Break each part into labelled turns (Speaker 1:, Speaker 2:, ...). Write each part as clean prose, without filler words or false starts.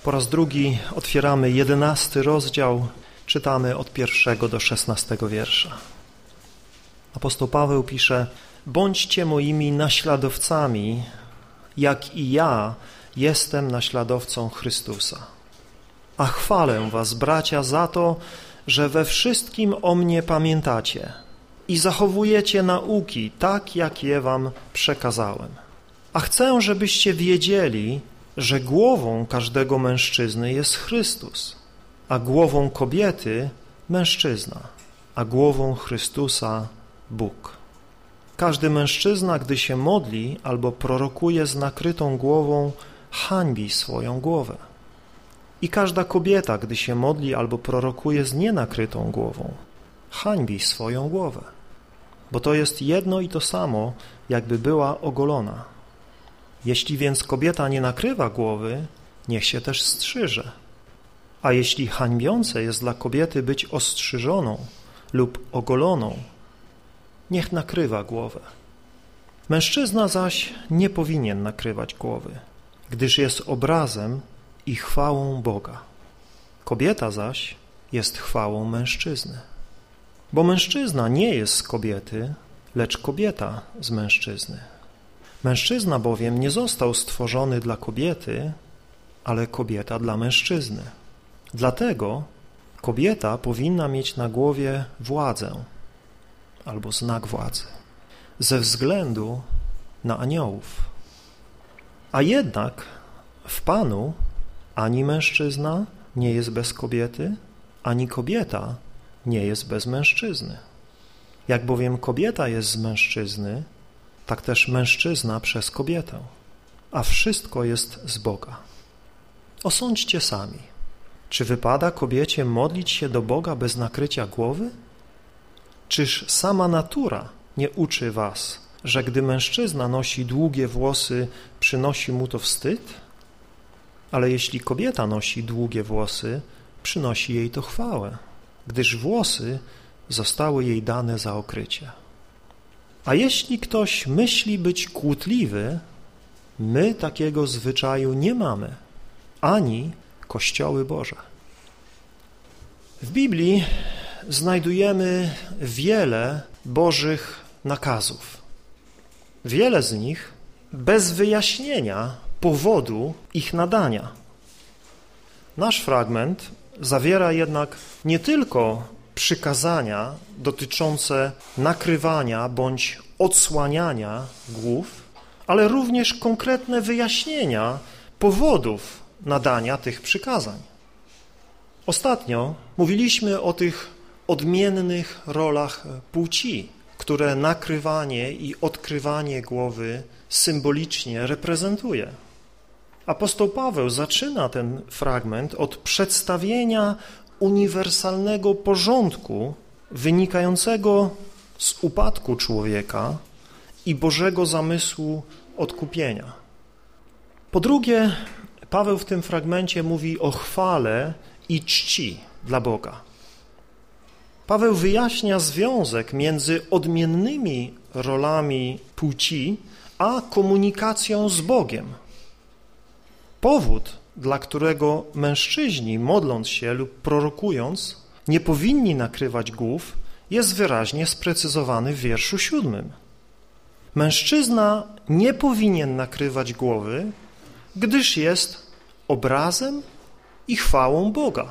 Speaker 1: Po raz drugi otwieramy 11 rozdział, czytamy od 1 do 16 wiersza. Apostoł Paweł pisze: bądźcie moimi naśladowcami, jak i ja jestem naśladowcą Chrystusa. A chwalę was, bracia, za to, że we wszystkim o mnie pamiętacie i zachowujecie nauki tak, jak je wam przekazałem. A chcę, żebyście wiedzieli, że głową każdego mężczyzny jest Chrystus, a głową kobiety mężczyzna, a głową Chrystusa Bóg. Każdy mężczyzna, gdy się modli albo prorokuje z nakrytą głową, hańbi swoją głowę. I każda kobieta, gdy się modli albo prorokuje z nienakrytą głową, hańbi swoją głowę. Bo to jest jedno i to samo, jakby była ogolona. Jeśli więc kobieta nie nakrywa głowy, niech się też strzyże. A jeśli hańbiące jest dla kobiety być ostrzyżoną lub ogoloną, niech nakrywa głowę. Mężczyzna zaś nie powinien nakrywać głowy, gdyż jest obrazem i chwałą Boga. Kobieta zaś jest chwałą mężczyzny. Bo mężczyzna nie jest z kobiety, lecz kobieta z mężczyzny. Mężczyzna bowiem nie został stworzony dla kobiety, ale kobieta dla mężczyzny. Dlatego kobieta powinna mieć na głowie władzę albo znak władzy ze względu na aniołów. A jednak w Panu ani mężczyzna nie jest bez kobiety, ani kobieta nie jest bez mężczyzny. Jak bowiem kobieta jest z mężczyzny, tak też mężczyzna przez kobietę, a wszystko jest z Boga. Osądźcie sami, czy wypada kobiecie modlić się do Boga bez nakrycia głowy? Czyż sama natura nie uczy was, że gdy mężczyzna nosi długie włosy, przynosi mu to wstyd? Ale jeśli kobieta nosi długie włosy, przynosi jej to chwałę, gdyż włosy zostały jej dane za okrycie. A jeśli ktoś myśli być kłótliwy, my takiego zwyczaju nie mamy, ani Kościoły Boże. W Biblii znajdujemy wiele Bożych nakazów. Wiele z nich bez wyjaśnienia powodu ich nadania. Nasz fragment zawiera jednak nie tylko przykazania dotyczące nakrywania bądź odsłaniania głów, ale również konkretne wyjaśnienia powodów nadania tych przykazań. Ostatnio mówiliśmy o tych odmiennych rolach płci, które nakrywanie i odkrywanie głowy symbolicznie reprezentuje. Apostoł Paweł zaczyna ten fragment od przedstawienia uniwersalnego porządku wynikającego z upadku człowieka i Bożego zamysłu odkupienia. Po drugie, Paweł w tym fragmencie mówi o chwale i czci dla Boga. Paweł wyjaśnia związek między odmiennymi rolami płci a komunikacją z Bogiem. Powód, dla którego mężczyźni, modląc się lub prorokując, nie powinni nakrywać głów, jest wyraźnie sprecyzowany w wierszu 7. Mężczyzna nie powinien nakrywać głowy, gdyż jest obrazem i chwałą Boga.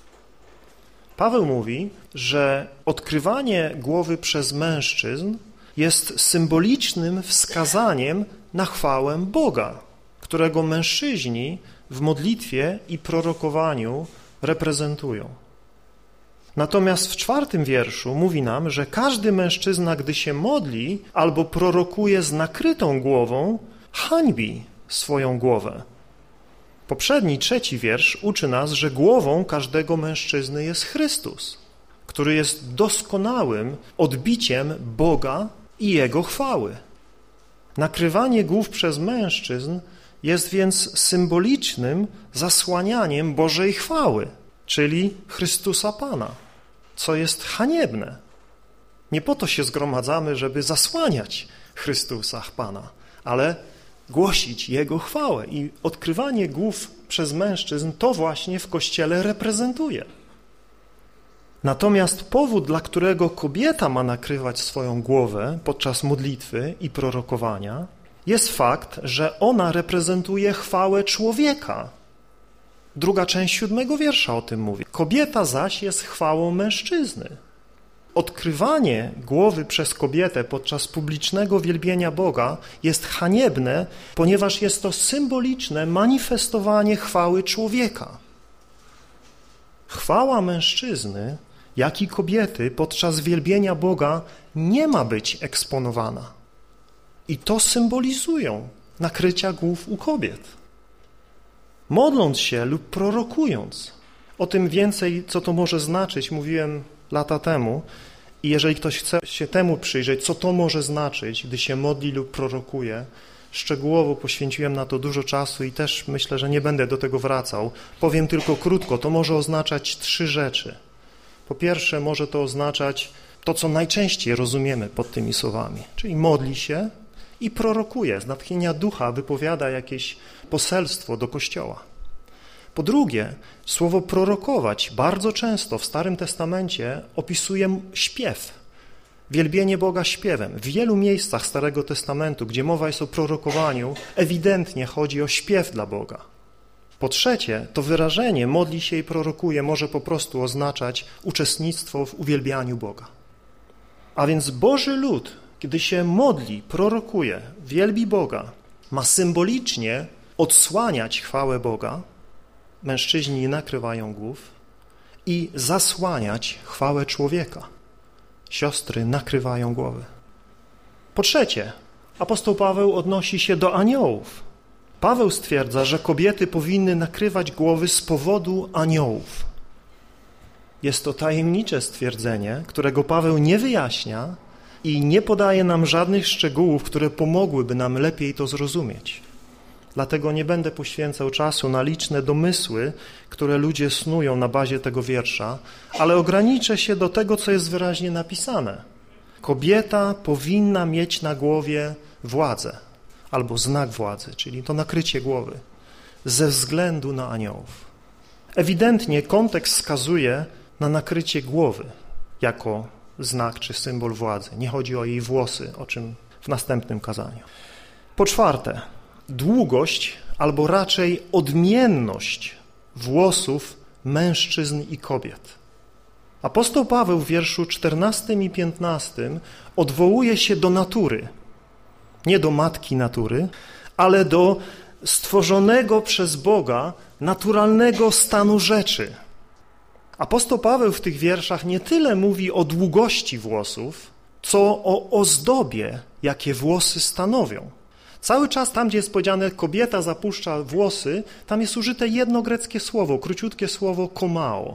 Speaker 1: Paweł mówi, że odkrywanie głowy przez mężczyzn jest symbolicznym wskazaniem na chwałę Boga, którego mężczyźni w modlitwie i prorokowaniu reprezentują. Natomiast w 4 wierszu mówi nam, że każdy mężczyzna, gdy się modli albo prorokuje z nakrytą głową, hańbi swoją głowę. Poprzedni 3 wiersz uczy nas, że głową każdego mężczyzny jest Chrystus, który jest doskonałym odbiciem Boga i Jego chwały. Nakrywanie głów przez mężczyzn jest więc symbolicznym zasłanianiem Bożej chwały, czyli Chrystusa Pana, co jest haniebne. Nie po to się zgromadzamy, żeby zasłaniać Chrystusa Pana, ale głosić Jego chwałę. I odkrywanie głów przez mężczyzn to właśnie w Kościele reprezentuje. Natomiast powód, dla którego kobieta ma nakrywać swoją głowę podczas modlitwy i prorokowania, jest fakt, że ona reprezentuje chwałę człowieka. Druga część 7 wiersza o tym mówi. Kobieta zaś jest chwałą mężczyzny. Odkrywanie głowy przez kobietę podczas publicznego wielbienia Boga jest haniebne, ponieważ jest to symboliczne manifestowanie chwały człowieka. Chwała mężczyzny, jak i kobiety podczas wielbienia Boga nie ma być eksponowana. I to symbolizują nakrycia głów u kobiet. Modląc się lub prorokując, o tym więcej, co to może znaczyć, mówiłem lata temu. I jeżeli ktoś chce się temu przyjrzeć, co to może znaczyć, gdy się modli lub prorokuje, szczegółowo poświęciłem na to dużo czasu i też myślę, że nie będę do tego wracał. Powiem tylko krótko, to może oznaczać 3 rzeczy. Po pierwsze, może to oznaczać to, co najczęściej rozumiemy pod tymi słowami, czyli modli się i prorokuje, z natchnienia ducha wypowiada jakieś poselstwo do Kościoła. Po drugie, słowo prorokować bardzo często w Starym Testamencie opisuje śpiew, wielbienie Boga śpiewem. W wielu miejscach Starego Testamentu, gdzie mowa jest o prorokowaniu, ewidentnie chodzi o śpiew dla Boga. Po trzecie, to wyrażenie modli się i prorokuje może po prostu oznaczać uczestnictwo w uwielbianiu Boga. A więc Boży lud, kiedy się modli, prorokuje, wielbi Boga, ma symbolicznie odsłaniać chwałę Boga, mężczyźni nakrywają głów, i zasłaniać chwałę człowieka. Siostry nakrywają głowy. Po trzecie, apostoł Paweł odnosi się do aniołów. Paweł stwierdza, że kobiety powinny nakrywać głowy z powodu aniołów. Jest to tajemnicze stwierdzenie, którego Paweł nie wyjaśnia i nie podaje nam żadnych szczegółów, które pomogłyby nam lepiej to zrozumieć. Dlatego nie będę poświęcał czasu na liczne domysły, które ludzie snują na bazie tego wiersza, ale ograniczę się do tego, co jest wyraźnie napisane. Kobieta powinna mieć na głowie władzę albo znak władzy, czyli to nakrycie głowy, ze względu na aniołów. Ewidentnie kontekst wskazuje na nakrycie głowy jako znak czy symbol władzy. Nie chodzi o jej włosy, o czym w następnym kazaniu. Po czwarte, długość albo raczej odmienność włosów mężczyzn i kobiet. Apostoł Paweł w wierszu 14 i 15 odwołuje się do natury, nie do matki natury, ale do stworzonego przez Boga naturalnego stanu rzeczy. Apostoł Paweł w tych wierszach nie tyle mówi o długości włosów, co o ozdobie, jakie włosy stanowią. Cały czas tam, gdzie jest powiedziane kobieta zapuszcza włosy, tam jest użyte jedno greckie słowo, króciutkie słowo komao.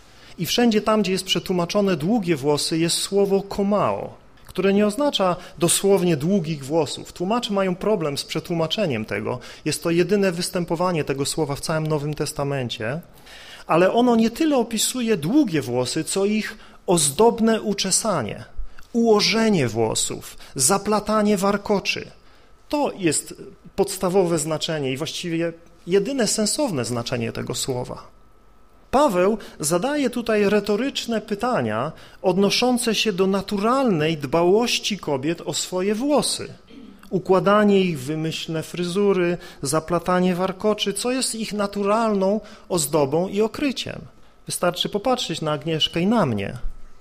Speaker 1: I wszędzie tam, gdzie jest przetłumaczone długie włosy, jest słowo komao, które nie oznacza dosłownie długich włosów. Tłumacze mają problem z przetłumaczeniem tego. Jest to jedyne występowanie tego słowa w całym Nowym Testamencie, ale ono nie tyle opisuje długie włosy, co ich ozdobne uczesanie, ułożenie włosów, zaplatanie warkoczy. To jest podstawowe znaczenie i właściwie jedyne sensowne znaczenie tego słowa. Paweł zadaje tutaj retoryczne pytania odnoszące się do naturalnej dbałości kobiet o swoje włosy. Układanie ich w wymyślne fryzury, zaplatanie warkoczy, co jest ich naturalną ozdobą i okryciem. Wystarczy popatrzeć na Agnieszkę i na mnie.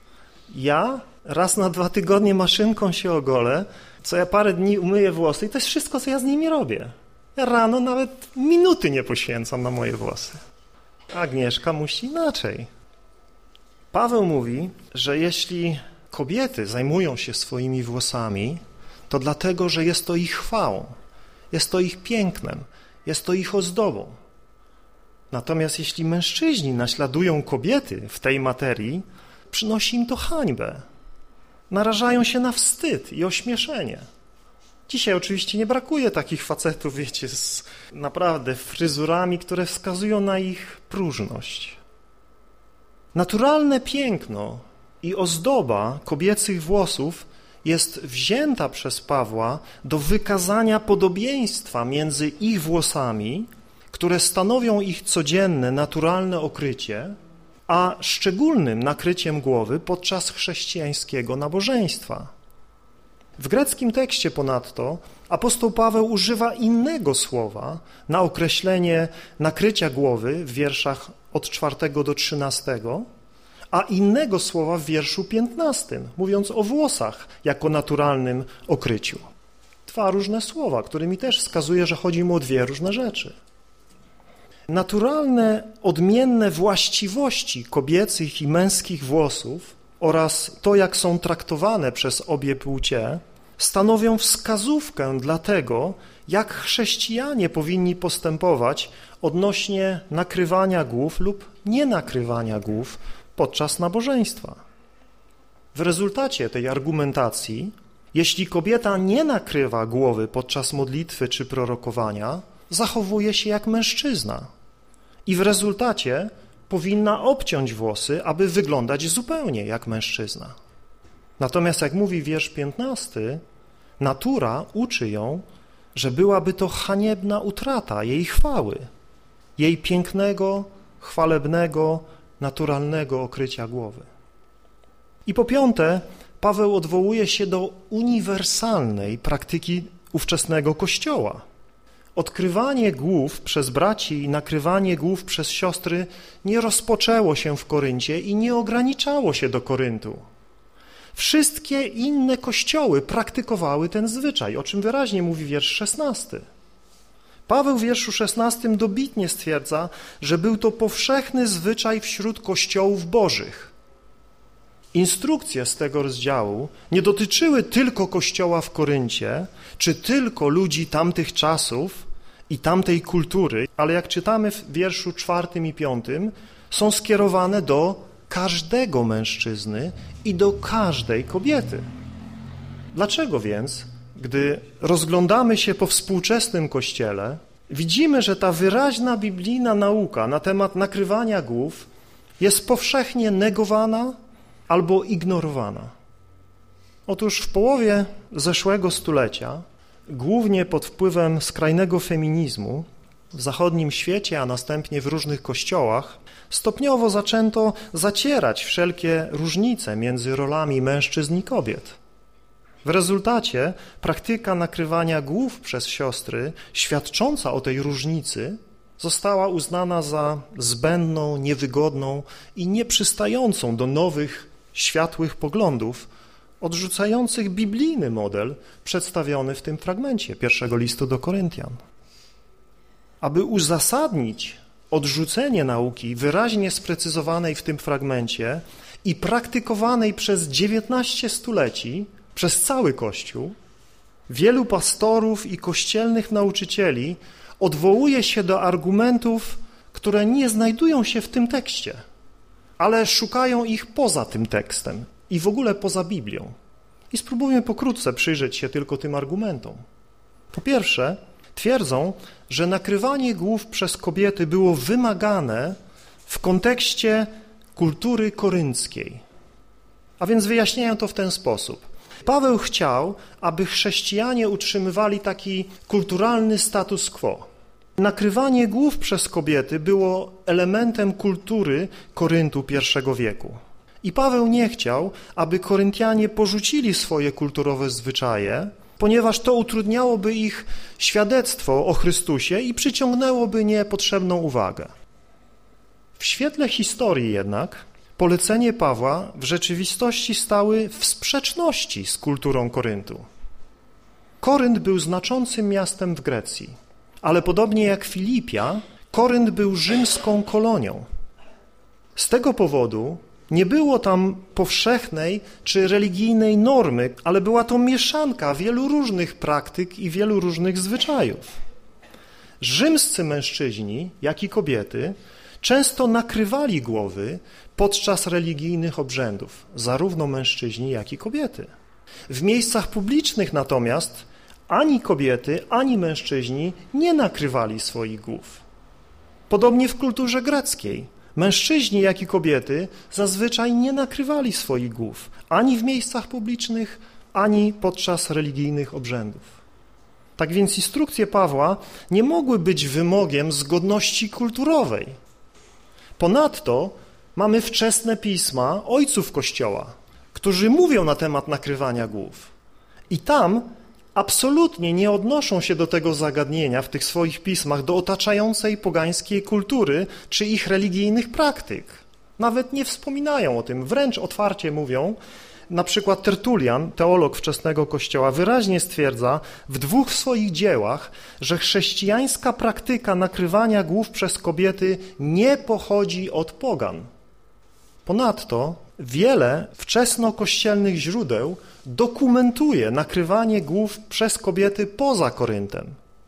Speaker 1: Ja raz na 2 tygodnie maszynką się ogolę, co ja parę dni umyję włosy i to jest wszystko, co ja z nimi robię. Ja rano nawet minuty nie poświęcam na moje włosy. Agnieszka musi inaczej. Paweł mówi, że jeśli kobiety zajmują się swoimi włosami, to dlatego, że jest to ich chwałą, jest to ich pięknem, jest to ich ozdobą. Natomiast jeśli mężczyźni naśladują kobiety w tej materii, przynosi im to hańbę. Narażają się na wstyd i ośmieszenie. Dzisiaj oczywiście nie brakuje takich facetów, wiecie, z naprawdę fryzurami, które wskazują na ich próżność. Naturalne piękno i ozdoba kobiecych włosów jest wzięta przez Pawła do wykazania podobieństwa między ich włosami, które stanowią ich codzienne, naturalne okrycie, a szczególnym nakryciem głowy podczas chrześcijańskiego nabożeństwa. W greckim tekście ponadto apostoł Paweł używa innego słowa na określenie nakrycia głowy w wierszach od 4 do 13, a innego słowa w wierszu 15, mówiąc o włosach jako naturalnym okryciu. Dwa różne słowa, którymi też wskazuje, że chodzi mu o dwie różne rzeczy. Naturalne, odmienne właściwości kobiecych i męskich włosów oraz to, jak są traktowane przez obie płcie, stanowią wskazówkę dla tego, jak chrześcijanie powinni postępować odnośnie nakrywania głów lub nienakrywania głów podczas nabożeństwa. W rezultacie tej argumentacji, jeśli kobieta nie nakrywa głowy podczas modlitwy czy prorokowania, zachowuje się jak mężczyzna i w rezultacie powinna obciąć włosy, aby wyglądać zupełnie jak mężczyzna. Natomiast jak mówi wiersz 15, natura uczy ją, że byłaby to haniebna utrata jej chwały, jej pięknego, chwalebnego, naturalnego okrycia głowy. I po piąte, Paweł odwołuje się do uniwersalnej praktyki ówczesnego Kościoła. Odkrywanie głów przez braci i nakrywanie głów przez siostry nie rozpoczęło się w Koryncie i nie ograniczało się do Koryntu. Wszystkie inne kościoły praktykowały ten zwyczaj, o czym wyraźnie mówi wiersz 16. Paweł w wierszu 16 dobitnie stwierdza, że był to powszechny zwyczaj wśród kościołów bożych. Instrukcje z tego rozdziału nie dotyczyły tylko kościoła w Koryncie, czy tylko ludzi tamtych czasów i tamtej kultury, ale jak czytamy w wierszu 4 i 5, są skierowane do każdego mężczyzny i do każdej kobiety. Dlaczego więc, gdy rozglądamy się po współczesnym Kościele, widzimy, że ta wyraźna biblijna nauka na temat nakrywania głów jest powszechnie negowana albo ignorowana? Otóż w połowie zeszłego stulecia, głównie pod wpływem skrajnego feminizmu, w zachodnim świecie, a następnie w różnych kościołach, stopniowo zaczęto zacierać wszelkie różnice między rolami mężczyzn i kobiet. W rezultacie praktyka nakrywania głów przez siostry, świadcząca o tej różnicy, została uznana za zbędną, niewygodną i nieprzystającą do nowych, światłych poglądów, odrzucających biblijny model przedstawiony w tym fragmencie pierwszego listu do Koryntian. Aby uzasadnić odrzucenie nauki wyraźnie sprecyzowanej w tym fragmencie i praktykowanej przez 19 stuleci przez cały Kościół, wielu pastorów i kościelnych nauczycieli odwołuje się do argumentów, które nie znajdują się w tym tekście, ale szukają ich poza tym tekstem i w ogóle poza Biblią. I spróbujmy pokrótce przyjrzeć się tylko tym argumentom. Po pierwsze, twierdzą, że nakrywanie głów przez kobiety było wymagane w kontekście kultury korynckiej. A więc wyjaśniają to w ten sposób. Paweł chciał, aby chrześcijanie utrzymywali taki kulturalny status quo. Nakrywanie głów przez kobiety było elementem kultury Koryntu I wieku. I Paweł nie chciał, aby Koryntianie porzucili swoje kulturowe zwyczaje, ponieważ to utrudniałoby ich świadectwo o Chrystusie i przyciągnęłoby niepotrzebną uwagę. W świetle historii jednak polecenie Pawła w rzeczywistości stały w sprzeczności z kulturą Koryntu. Korynt był znaczącym miastem w Grecji, ale podobnie jak Filipia, Korynt był rzymską kolonią. Z tego powodu nie było tam powszechnej czy religijnej normy, ale była to mieszanka wielu różnych praktyk i wielu różnych zwyczajów. Rzymscy mężczyźni, jak i kobiety, często nakrywali głowy podczas religijnych obrzędów, zarówno mężczyźni, jak i kobiety. W miejscach publicznych natomiast ani kobiety, ani mężczyźni nie nakrywali swoich głów. Podobnie w kulturze greckiej. Mężczyźni, jak i kobiety zazwyczaj nie nakrywali swoich głów ani w miejscach publicznych, ani podczas religijnych obrzędów. Tak więc instrukcje Pawła nie mogły być wymogiem zgodności kulturowej. Ponadto mamy wczesne pisma ojców Kościoła, którzy mówią na temat nakrywania głów. I tam absolutnie nie odnoszą się do tego zagadnienia w tych swoich pismach, do otaczającej pogańskiej kultury czy ich religijnych praktyk. Nawet nie wspominają o tym, wręcz otwarcie mówią. Na przykład Tertulian, teolog wczesnego Kościoła, wyraźnie stwierdza w 2 swoich dziełach, że chrześcijańska praktyka nakrywania głów przez kobiety nie pochodzi od pogan. Ponadto wiele wczesnokościelnych źródeł dokumentuje nakrywanie głów przez kobiety poza Koryntem.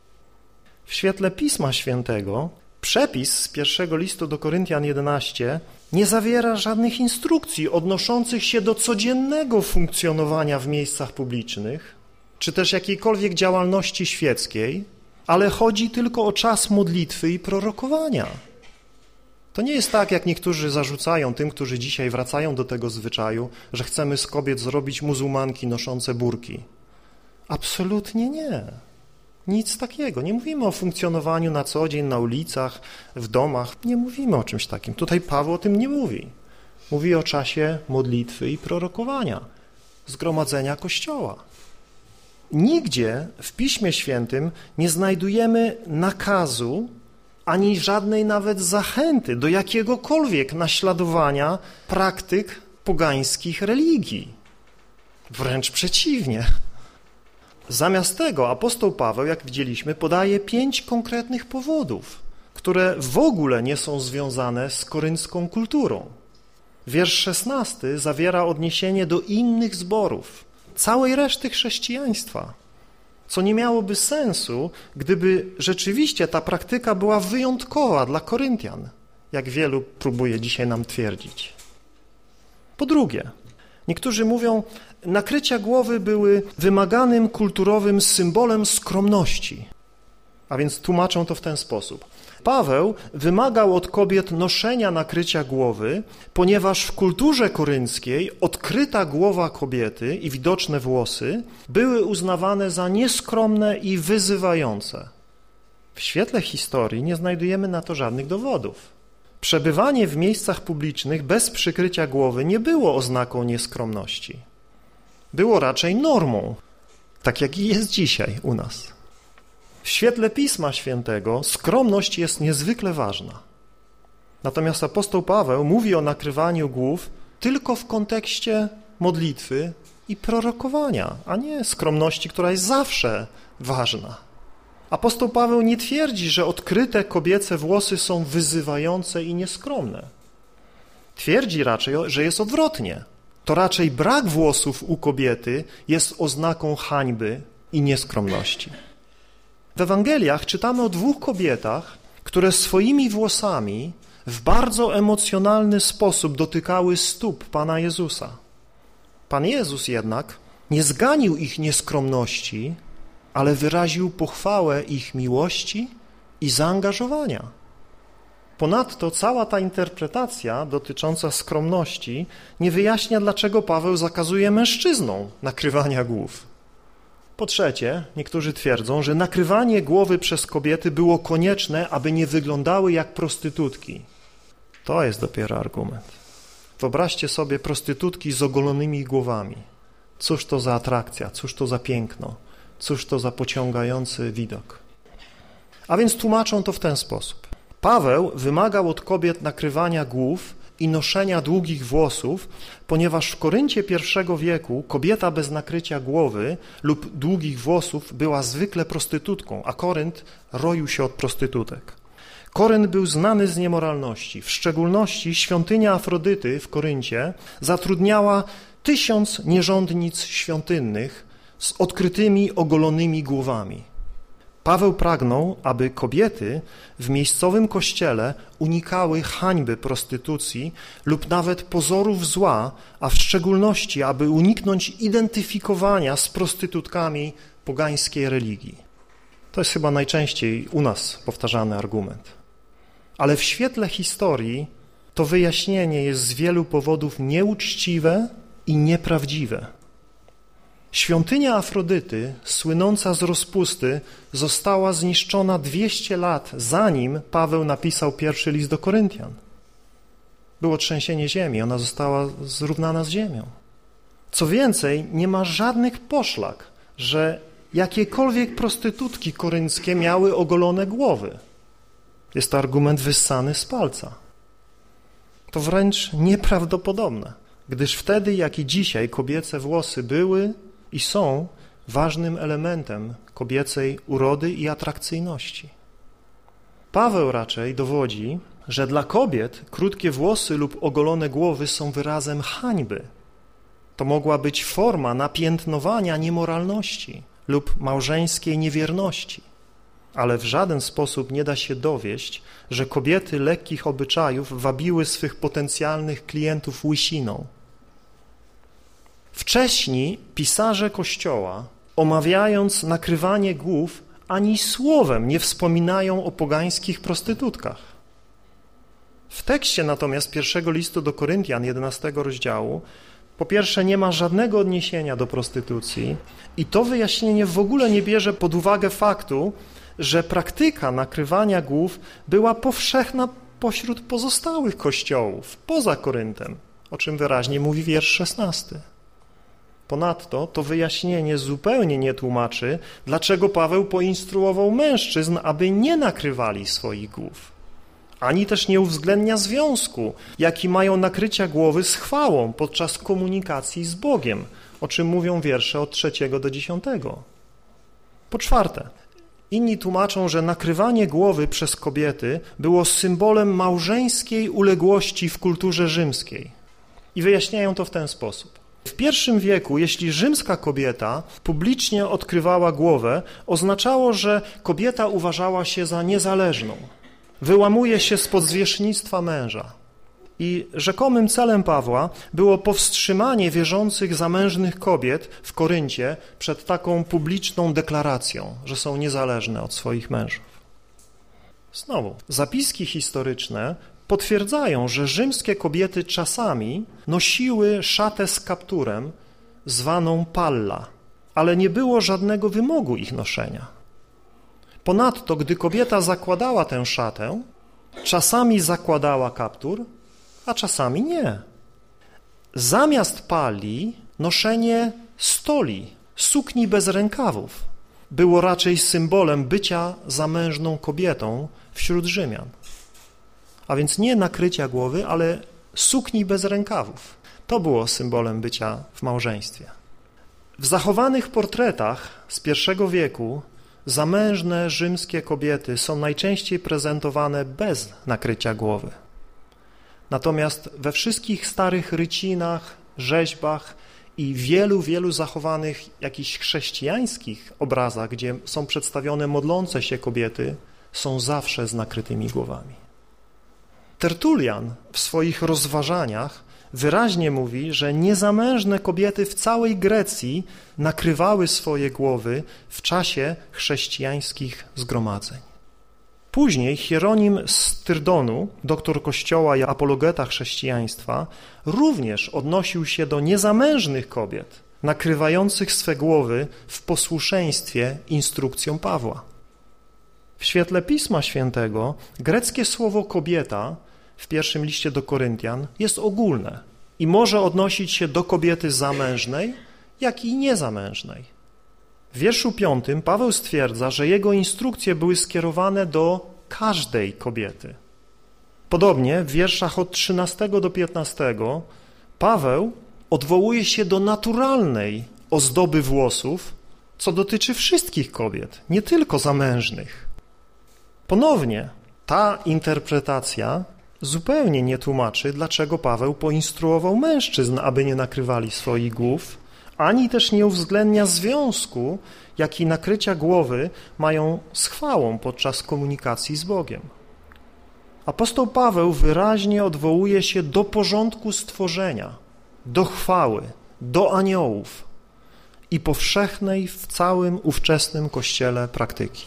Speaker 1: W świetle Pisma Świętego przepis z 1 listu do Koryntian 11 nie zawiera żadnych instrukcji odnoszących się do codziennego funkcjonowania w miejscach publicznych, czy też jakiejkolwiek działalności świeckiej, ale chodzi tylko o czas modlitwy i prorokowania. To nie jest tak, jak niektórzy zarzucają tym, którzy dzisiaj wracają do tego zwyczaju, że chcemy z kobiet zrobić muzułmanki noszące burki. Absolutnie nie. Nic takiego. Nie mówimy o funkcjonowaniu na co dzień, na ulicach, w domach. Nie mówimy o czymś takim. Tutaj Paweł o tym nie mówi. Mówi o czasie modlitwy i prorokowania, zgromadzenia Kościoła. Nigdzie w Piśmie Świętym nie znajdujemy nakazu ani żadnej nawet zachęty do jakiegokolwiek naśladowania praktyk pogańskich religii. Wręcz przeciwnie. Zamiast tego apostoł Paweł, jak widzieliśmy, podaje 5 konkretnych powodów, które w ogóle nie są związane z koryncką kulturą. Wiersz 16 zawiera odniesienie do innych zborów, całej reszty chrześcijaństwa, co nie miałoby sensu, gdyby rzeczywiście ta praktyka była wyjątkowa dla Koryntian, jak wielu próbuje dzisiaj nam twierdzić. Po drugie, niektórzy mówią, nakrycia głowy były wymaganym kulturowym symbolem skromności, a więc tłumaczą to w ten sposób. Paweł wymagał od kobiet noszenia nakrycia głowy, ponieważ w kulturze korynckiej odkryta głowa kobiety i widoczne włosy były uznawane za nieskromne i wyzywające. W świetle historii nie znajdujemy na to żadnych dowodów. Przebywanie w miejscach publicznych bez przykrycia głowy nie było oznaką nieskromności. Było raczej normą, tak jak i jest dzisiaj u nas. W świetle Pisma Świętego skromność jest niezwykle ważna. Natomiast apostoł Paweł mówi o nakrywaniu głów tylko w kontekście modlitwy i prorokowania, a nie skromności, która jest zawsze ważna. Apostoł Paweł nie twierdzi, że odkryte kobiece włosy są wyzywające i nieskromne. Twierdzi raczej, że jest odwrotnie. To raczej brak włosów u kobiety jest oznaką hańby i nieskromności. W Ewangeliach czytamy o 2 kobietach, które swoimi włosami w bardzo emocjonalny sposób dotykały stóp Pana Jezusa. Pan Jezus jednak nie zganił ich nieskromności, ale wyraził pochwałę ich miłości i zaangażowania. Ponadto cała ta interpretacja dotycząca skromności nie wyjaśnia, dlaczego Paweł zakazuje mężczyznom nakrywania głów. Po trzecie, niektórzy twierdzą, że nakrywanie głowy przez kobiety było konieczne, aby nie wyglądały jak prostytutki. To jest dopiero argument. Wyobraźcie sobie prostytutki z ogolonymi głowami. Cóż to za atrakcja, cóż to za piękno, cóż to za pociągający widok. A więc tłumaczą to w ten sposób. Paweł wymagał od kobiet nakrywania głów i noszenia długich włosów, ponieważ w Koryncie I wieku kobieta bez nakrycia głowy lub długich włosów była zwykle prostytutką, a Korynt roił się od prostytutek. Korynt był znany z niemoralności, w szczególności świątynia Afrodyty w Koryncie zatrudniała 1000 nierządnic świątynnych z odkrytymi, ogolonymi głowami. Paweł pragnął, aby kobiety w miejscowym kościele unikały hańby prostytucji lub nawet pozorów zła, a w szczególności, aby uniknąć identyfikowania z prostytutkami pogańskiej religii. To jest chyba najczęściej u nas powtarzany argument. Ale w świetle historii to wyjaśnienie jest z wielu powodów nieuczciwe i nieprawdziwe. Świątynia Afrodyty, słynąca z rozpusty, została zniszczona 200 lat, zanim Paweł napisał pierwszy list do Koryntian. Było trzęsienie ziemi, ona została zrównana z ziemią. Co więcej, nie ma żadnych poszlak, że jakiekolwiek prostytutki korynckie miały ogolone głowy. Jest to argument wyssany z palca. To wręcz nieprawdopodobne, gdyż wtedy, jak i dzisiaj, kobiece włosy były i są ważnym elementem kobiecej urody i atrakcyjności. Paweł raczej dowodzi, że dla kobiet krótkie włosy lub ogolone głowy są wyrazem hańby. To mogła być forma napiętnowania niemoralności lub małżeńskiej niewierności, ale w żaden sposób nie da się dowieść, że kobiety lekkich obyczajów wabiły swych potencjalnych klientów łysiną. Wcześniej pisarze Kościoła, omawiając nakrywanie głów, ani słowem nie wspominają o pogańskich prostytutkach. W tekście natomiast pierwszego listu do Koryntian, 11 rozdziału, po pierwsze nie ma żadnego odniesienia do prostytucji i to wyjaśnienie w ogóle nie bierze pod uwagę faktu, że praktyka nakrywania głów była powszechna pośród pozostałych kościołów, poza Koryntem, o czym wyraźnie mówi wiersz 16. Ponadto to wyjaśnienie zupełnie nie tłumaczy, dlaczego Paweł poinstruował mężczyzn, aby nie nakrywali swoich głów, ani też nie uwzględnia związku, jaki mają nakrycia głowy z chwałą podczas komunikacji z Bogiem, o czym mówią wiersze od 3 do 10. Po czwarte, inni tłumaczą, że nakrywanie głowy przez kobiety było symbolem małżeńskiej uległości w kulturze rzymskiej i wyjaśniają to w ten sposób. W I wieku, jeśli rzymska kobieta publicznie odkrywała głowę, oznaczało, że kobieta uważała się za niezależną, wyłamuje się spod zwierzchnictwa męża. I rzekomym celem Pawła było powstrzymanie wierzących zamężnych kobiet w Koryncie przed taką publiczną deklaracją, że są niezależne od swoich mężów. Znowu, zapiski historyczne potwierdzają, że rzymskie kobiety czasami nosiły szatę z kapturem zwaną palla, ale nie było żadnego wymogu ich noszenia. Ponadto, gdy kobieta zakładała tę szatę, czasami zakładała kaptur, a czasami nie. Zamiast palli noszenie stoli, sukni bez rękawów, było raczej symbolem bycia zamężną kobietą wśród Rzymian. A więc nie nakrycia głowy, ale sukni bez rękawów. To było symbolem bycia w małżeństwie. W zachowanych portretach z I wieku zamężne rzymskie kobiety są najczęściej prezentowane bez nakrycia głowy. Natomiast we wszystkich starych rycinach, rzeźbach i wielu zachowanych jakichś chrześcijańskich obrazach, gdzie są przedstawione modlące się kobiety, są zawsze z nakrytymi głowami. Tertulian w swoich rozważaniach wyraźnie mówi, że niezamężne kobiety w całej Grecji nakrywały swoje głowy w czasie chrześcijańskich zgromadzeń. Później Hieronim z Tyrdonu, doktor Kościoła i apologeta chrześcijaństwa, również odnosił się do niezamężnych kobiet, nakrywających swe głowy w posłuszeństwie instrukcjom Pawła. W świetle Pisma Świętego greckie słowo kobieta w pierwszym liście do Koryntian jest ogólne i może odnosić się do kobiety zamężnej, jak i niezamężnej. W wierszu 5 Paweł stwierdza, że jego instrukcje były skierowane do każdej kobiety. Podobnie w wierszach od 13 do 15 Paweł odwołuje się do naturalnej ozdoby włosów, co dotyczy wszystkich kobiet, nie tylko zamężnych. Ponownie ta interpretacja zupełnie nie tłumaczy, dlaczego Paweł poinstruował mężczyzn, aby nie nakrywali swoich głów, ani też nie uwzględnia związku, jaki nakrycia głowy mają z chwałą podczas komunikacji z Bogiem. Apostoł Paweł wyraźnie odwołuje się do porządku stworzenia, do chwały, do aniołów i powszechnej w całym ówczesnym Kościele praktyki.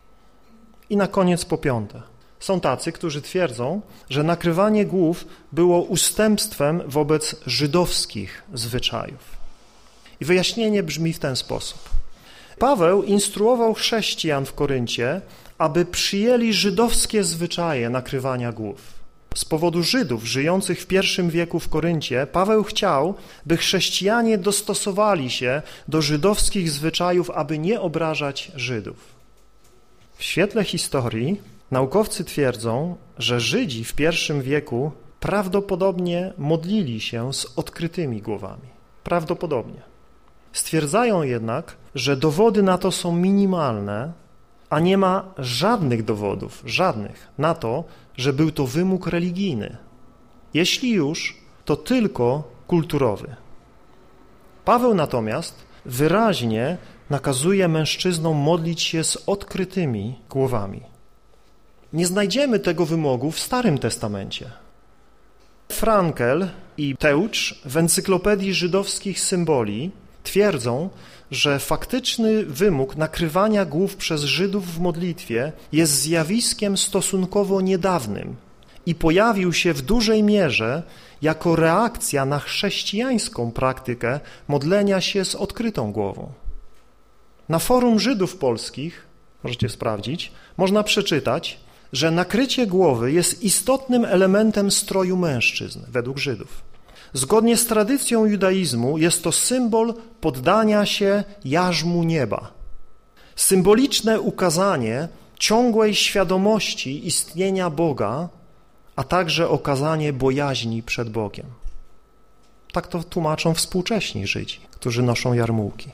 Speaker 1: I na koniec po 5. Są tacy, którzy twierdzą, że nakrywanie głów było ustępstwem wobec żydowskich zwyczajów. I wyjaśnienie brzmi w ten sposób. Paweł instruował chrześcijan w Koryncie, aby przyjęli żydowskie zwyczaje nakrywania głów. Z powodu Żydów żyjących w I wieku w Koryncie, Paweł chciał, by chrześcijanie dostosowali się do żydowskich zwyczajów, aby nie obrażać Żydów. W świetle historii naukowcy twierdzą, że Żydzi w I wieku prawdopodobnie modlili się z odkrytymi głowami. Prawdopodobnie. Stwierdzają jednak, że dowody na to są minimalne, a nie ma żadnych dowodów, na to, że był to wymóg religijny. Jeśli już, to tylko kulturowy. Paweł natomiast wyraźnie nakazuje mężczyznom modlić się z odkrytymi głowami. Nie znajdziemy tego wymogu w Starym Testamencie. Frankel i Teucz w Encyklopedii Żydowskich Symboli twierdzą, że faktyczny wymóg nakrywania głów przez Żydów w modlitwie jest zjawiskiem stosunkowo niedawnym i pojawił się w dużej mierze jako reakcja na chrześcijańską praktykę modlenia się z odkrytą głową. Na forum Żydów polskich, możecie sprawdzić, można przeczytać, że nakrycie głowy jest istotnym elementem stroju mężczyzn według Żydów. Zgodnie z tradycją judaizmu jest to symbol poddania się jarzmu nieba. Symboliczne ukazanie ciągłej świadomości istnienia Boga, a także okazanie bojaźni przed Bogiem. Tak to tłumaczą współcześni Żydzi, którzy noszą jarmułki.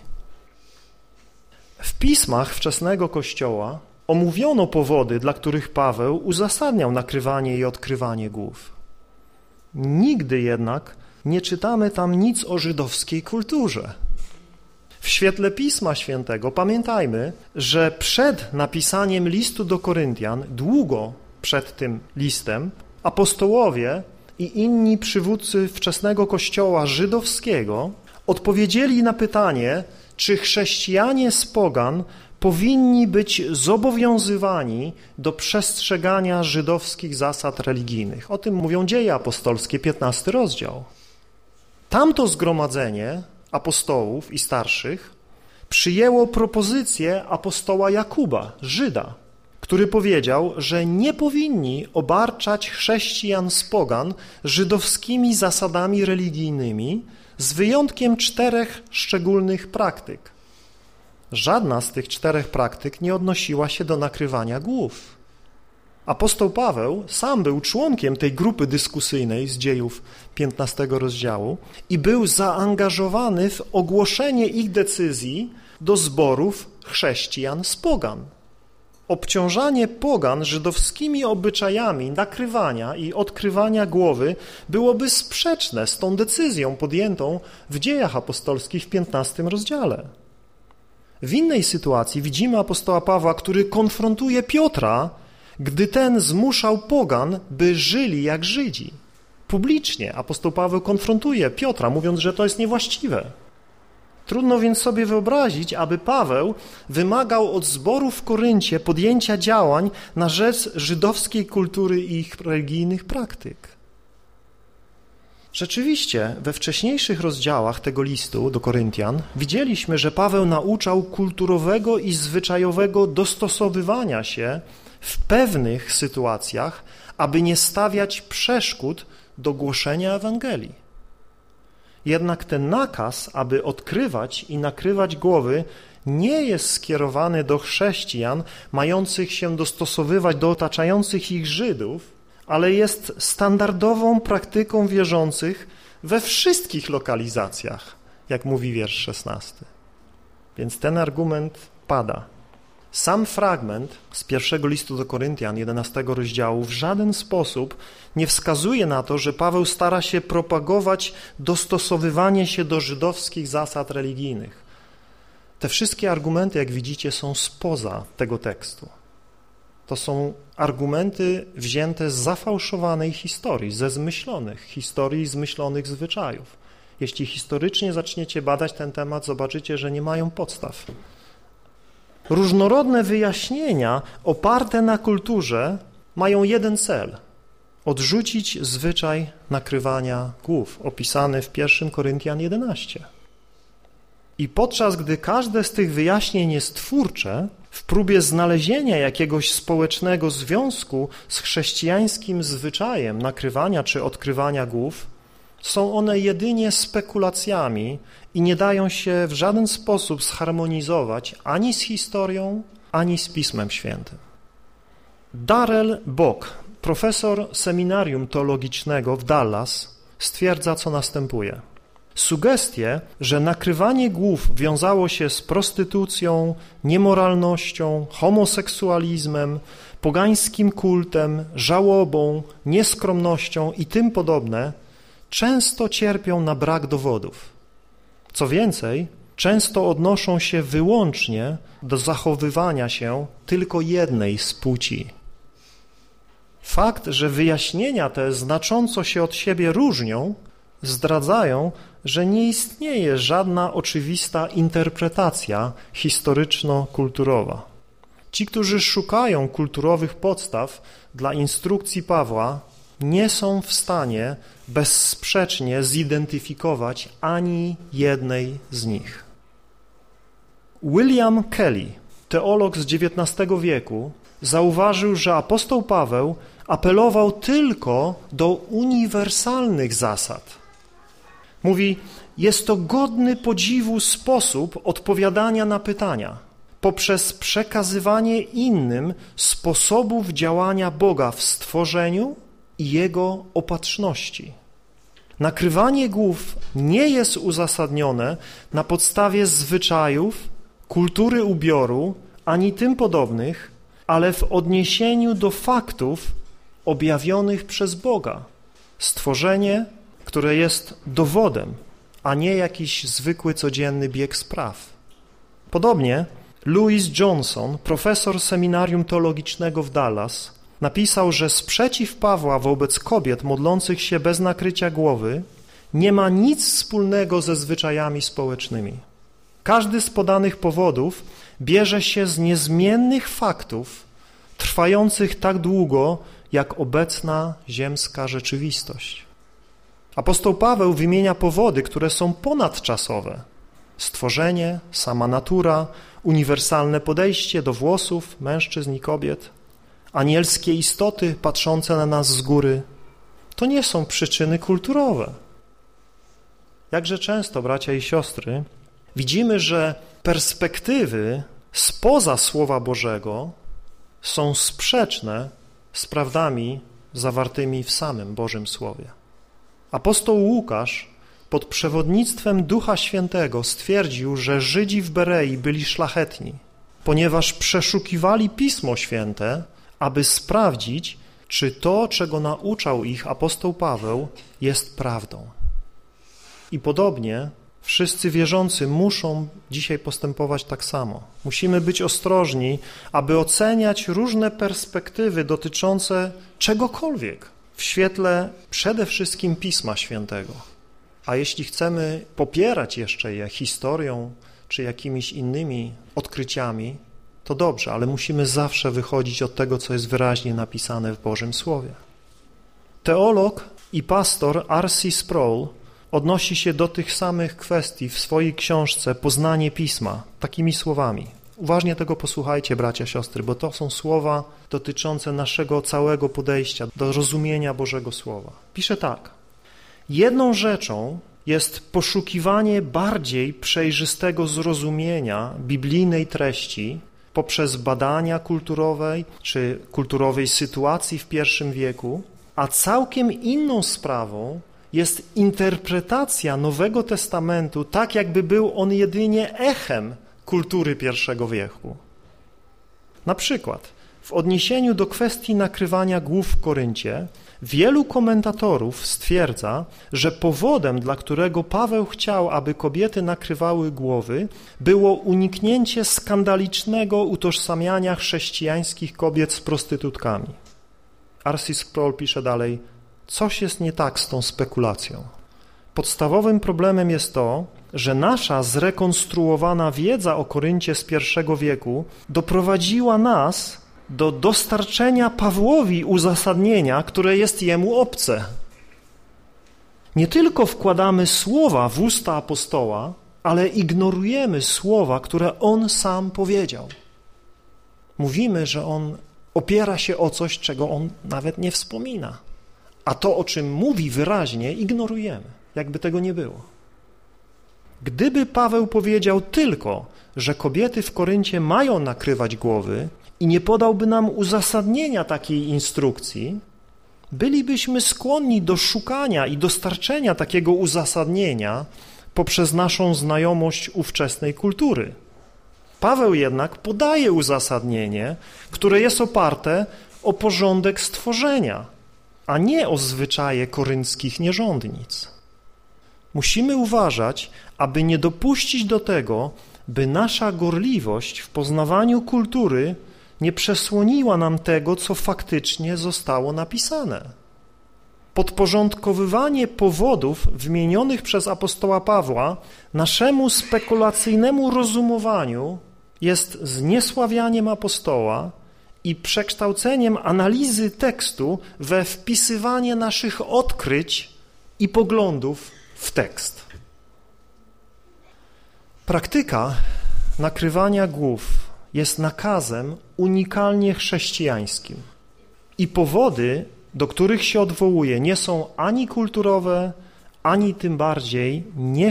Speaker 1: W pismach wczesnego Kościoła omówiono powody, dla których Paweł uzasadniał nakrywanie i odkrywanie głów. Nigdy jednak nie czytamy tam nic o żydowskiej kulturze. W świetle Pisma Świętego pamiętajmy, że przed napisaniem listu do Koryntian, długo przed tym listem, apostołowie i inni przywódcy wczesnego Kościoła żydowskiego odpowiedzieli na pytanie, czy chrześcijanie z pogan powinni być zobowiązywani do przestrzegania żydowskich zasad religijnych. O tym mówią Dzieje Apostolskie, 15 rozdział. Tamto zgromadzenie apostołów i starszych przyjęło propozycję apostoła Jakuba, Żyda, który powiedział, że nie powinni obarczać chrześcijan z pogan żydowskimi zasadami religijnymi z wyjątkiem 4 szczególnych praktyk. Żadna z tych 4 praktyk nie odnosiła się do nakrywania głów. Apostoł Paweł sam był członkiem tej grupy dyskusyjnej z Dziejów 15 rozdziału i był zaangażowany w ogłoszenie ich decyzji do zborów chrześcijan z pogan. Obciążanie pogan żydowskimi obyczajami nakrywania i odkrywania głowy byłoby sprzeczne z tą decyzją podjętą w Dziejach Apostolskich w 15 rozdziale. W innej sytuacji widzimy apostoła Pawła, który konfrontuje Piotra, gdy ten zmuszał pogan, by żyli jak Żydzi. Publicznie apostoł Paweł konfrontuje Piotra, mówiąc, że to jest niewłaściwe. Trudno więc sobie wyobrazić, aby Paweł wymagał od zboru w Koryncie podjęcia działań na rzecz żydowskiej kultury i ich religijnych praktyk. Rzeczywiście, we wcześniejszych rozdziałach tego listu do Koryntian widzieliśmy, że Paweł nauczał kulturowego i zwyczajowego dostosowywania się w pewnych sytuacjach, aby nie stawiać przeszkód do głoszenia Ewangelii. Jednak ten nakaz, aby odkrywać i nakrywać głowy, nie jest skierowany do chrześcijan mających się dostosowywać do otaczających ich Żydów, ale jest standardową praktyką wierzących we wszystkich lokalizacjach, jak mówi wiersz 16. Więc ten argument pada. Sam fragment z pierwszego listu do Koryntian, 11 rozdziału, w żaden sposób nie wskazuje na to, że Paweł stara się propagować dostosowywanie się do żydowskich zasad religijnych. Te wszystkie argumenty, jak widzicie, są spoza tego tekstu. To są argumenty wzięte z zafałszowanej historii, ze zmyślonych historii, zmyślonych zwyczajów. Jeśli historycznie zaczniecie badać ten temat, zobaczycie, że nie mają podstaw. Różnorodne wyjaśnienia oparte na kulturze mają jeden cel – odrzucić zwyczaj nakrywania głów, opisany w 1 Koryntian 11. I podczas gdy każde z tych wyjaśnień jest twórcze, w próbie znalezienia jakiegoś społecznego związku z chrześcijańskim zwyczajem nakrywania czy odkrywania głów, są one jedynie spekulacjami i nie dają się w żaden sposób zharmonizować ani z historią, ani z Pismem Świętym. Darrell Bock, profesor seminarium teologicznego w Dallas, stwierdza, co następuje. Sugestie, że nakrywanie głów wiązało się z prostytucją, niemoralnością, homoseksualizmem, pogańskim kultem, żałobą, nieskromnością i tym podobne, często cierpią na brak dowodów. Co więcej, często odnoszą się wyłącznie do zachowywania się tylko jednej z płci. Fakt, że wyjaśnienia te znacząco się od siebie różnią, zdradzają, że nie istnieje żadna oczywista interpretacja historyczno-kulturowa. Ci, którzy szukają kulturowych podstaw dla instrukcji Pawła, nie są w stanie bezsprzecznie zidentyfikować ani jednej z nich. William Kelly, teolog z XIX wieku, zauważył, że apostoł Paweł apelował tylko do uniwersalnych zasad. Mówi, jest to godny podziwu sposób odpowiadania na pytania poprzez przekazywanie innym sposobów działania Boga w stworzeniu i Jego opatrzności. Nakrywanie głów nie jest uzasadnione na podstawie zwyczajów, kultury ubioru, ani tym podobnych, ale w odniesieniu do faktów objawionych przez Boga. Stworzenie, które jest dowodem, a nie jakiś zwykły, codzienny bieg spraw. Podobnie Louis Johnson, profesor seminarium teologicznego w Dallas, napisał, że sprzeciw Pawła wobec kobiet modlących się bez nakrycia głowy nie ma nic wspólnego ze zwyczajami społecznymi. Każdy z podanych powodów bierze się z niezmiennych faktów, trwających tak długo, jak obecna ziemska rzeczywistość. Apostoł Paweł wymienia powody, które są ponadczasowe. Stworzenie, sama natura, uniwersalne podejście do włosów mężczyzn i kobiet, anielskie istoty patrzące na nas z góry. To nie są przyczyny kulturowe. Jakże często, bracia i siostry, widzimy, że perspektywy spoza Słowa Bożego są sprzeczne z prawdami zawartymi w samym Bożym Słowie. Apostoł Łukasz pod przewodnictwem Ducha Świętego stwierdził, że Żydzi w Berei byli szlachetni, ponieważ przeszukiwali Pismo Święte, aby sprawdzić, czy to, czego nauczał ich apostoł Paweł, jest prawdą. I podobnie wszyscy wierzący muszą dzisiaj postępować tak samo. Musimy być ostrożni, aby oceniać różne perspektywy dotyczące czegokolwiek w świetle przede wszystkim Pisma Świętego. A jeśli chcemy popierać jeszcze je historią czy jakimiś innymi odkryciami, to dobrze, ale musimy zawsze wychodzić od tego, co jest wyraźnie napisane w Bożym Słowie. Teolog i pastor R.C. Sproul odnosi się do tych samych kwestii w swojej książce Poznanie Pisma takimi słowami. Uważnie tego posłuchajcie, bracia, siostry, bo to są słowa dotyczące naszego całego podejścia do rozumienia Bożego Słowa. Pisze tak. Jedną rzeczą jest poszukiwanie bardziej przejrzystego zrozumienia biblijnej treści poprzez badania kulturowej czy kulturowej sytuacji w I wieku, a całkiem inną sprawą jest interpretacja Nowego Testamentu tak, jakby był on jedynie echem kultury I wieku. Na przykład w odniesieniu do kwestii nakrywania głów w Koryncie wielu komentatorów stwierdza, że powodem, dla którego Paweł chciał, aby kobiety nakrywały głowy, było uniknięcie skandalicznego utożsamiania chrześcijańskich kobiet z prostytutkami. R.C. Sproul pisze dalej, coś jest nie tak z tą spekulacją. Podstawowym problemem jest to, że nasza zrekonstruowana wiedza o Koryncie z I wieku doprowadziła nas do dostarczenia Pawłowi uzasadnienia, które jest jemu obce. Nie tylko wkładamy słowa w usta apostoła, ale ignorujemy słowa, które On sam powiedział. Mówimy, że On opiera się o coś, czego On nawet nie wspomina, a to, o czym mówi wyraźnie, ignorujemy, jakby tego nie było. Gdyby Paweł powiedział tylko, że kobiety w Koryncie mają nakrywać głowy i nie podałby nam uzasadnienia takiej instrukcji, bylibyśmy skłonni do szukania i dostarczenia takiego uzasadnienia poprzez naszą znajomość ówczesnej kultury. Paweł jednak podaje uzasadnienie, które jest oparte o porządek stworzenia, a nie o zwyczaje korynckich nierządnic. Musimy uważać, aby nie dopuścić do tego, by nasza gorliwość w poznawaniu kultury nie przesłoniła nam tego, co faktycznie zostało napisane. Podporządkowywanie powodów wymienionych przez apostoła Pawła naszemu spekulacyjnemu rozumowaniu jest zniesławianiem apostoła i przekształceniem analizy tekstu we wpisywanie naszych odkryć i poglądów w tekst. Praktyka nakrywania głów jest nakazem unikalnie chrześcijańskim i powody, do których się odwołuje, nie są ani kulturowe, ani tym bardziej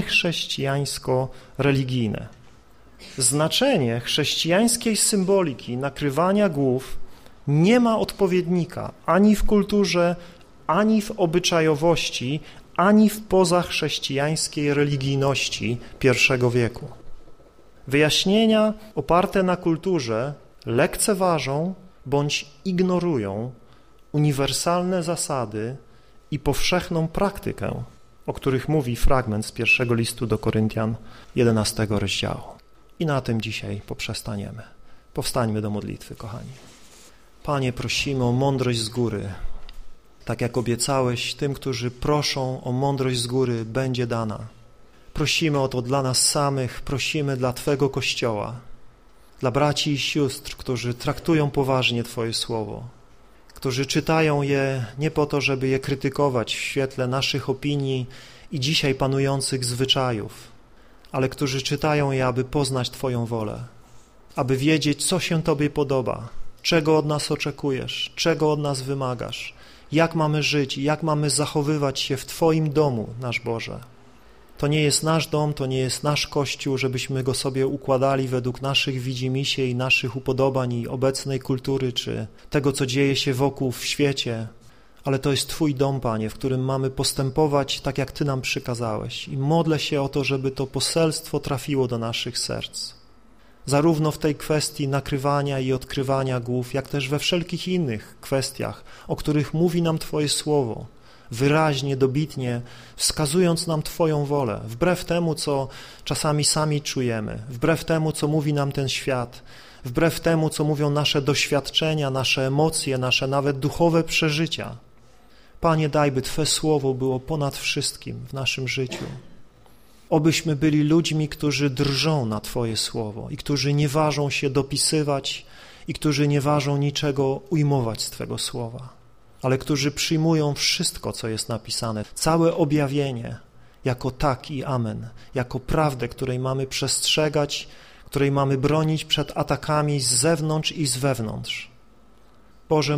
Speaker 1: niechrześcijańsko-religijne. Znaczenie chrześcijańskiej symboliki nakrywania głów nie ma odpowiednika ani w kulturze, ani w obyczajowości, ani w pozachrześcijańskiej religijności I wieku. Wyjaśnienia oparte na kulturze lekceważą bądź ignorują uniwersalne zasady i powszechną praktykę, o których mówi fragment z pierwszego listu do Koryntian 11 rozdziału. I na tym dzisiaj poprzestaniemy. Powstańmy do modlitwy, kochani. Panie, prosimy o mądrość z góry. Tak jak obiecałeś tym, którzy proszą o mądrość z góry, będzie dana. Prosimy o to dla nas samych, prosimy dla Twego Kościoła, dla braci i sióstr, którzy traktują poważnie Twoje słowo, którzy czytają je nie po to, żeby je krytykować w świetle naszych opinii i dzisiaj panujących zwyczajów, ale którzy czytają je, aby poznać Twoją wolę, aby wiedzieć, co się Tobie podoba, czego od nas oczekujesz, czego od nas wymagasz, jak mamy żyć i jak mamy zachowywać się w Twoim domu, nasz Boże. To nie jest nasz dom, to nie jest nasz Kościół, żebyśmy go sobie układali według naszych widzimisię i naszych upodobań i obecnej kultury, czy tego, co dzieje się wokół w świecie, ale to jest Twój dom, Panie, w którym mamy postępować tak, jak Ty nam przykazałeś. I modlę się o to, żeby to poselstwo trafiło do naszych serc. Zarówno w tej kwestii nakrywania i odkrywania głów, jak też we wszelkich innych kwestiach, o których mówi nam Twoje słowo, wyraźnie, dobitnie, wskazując nam Twoją wolę, wbrew temu, co czasami sami czujemy, wbrew temu, co mówi nam ten świat, wbrew temu, co mówią nasze doświadczenia, nasze emocje, nasze nawet duchowe przeżycia. Panie, daj, by Twe słowo było ponad wszystkim w naszym życiu. Obyśmy byli ludźmi, którzy drżą na Twoje słowo i którzy nie ważą się dopisywać i którzy nie ważą niczego ujmować z Twego słowa, ale którzy przyjmują wszystko, co jest napisane, całe objawienie jako tak i amen, jako prawdę, której mamy przestrzegać, której mamy bronić przed atakami z zewnątrz i z wewnątrz. Boże,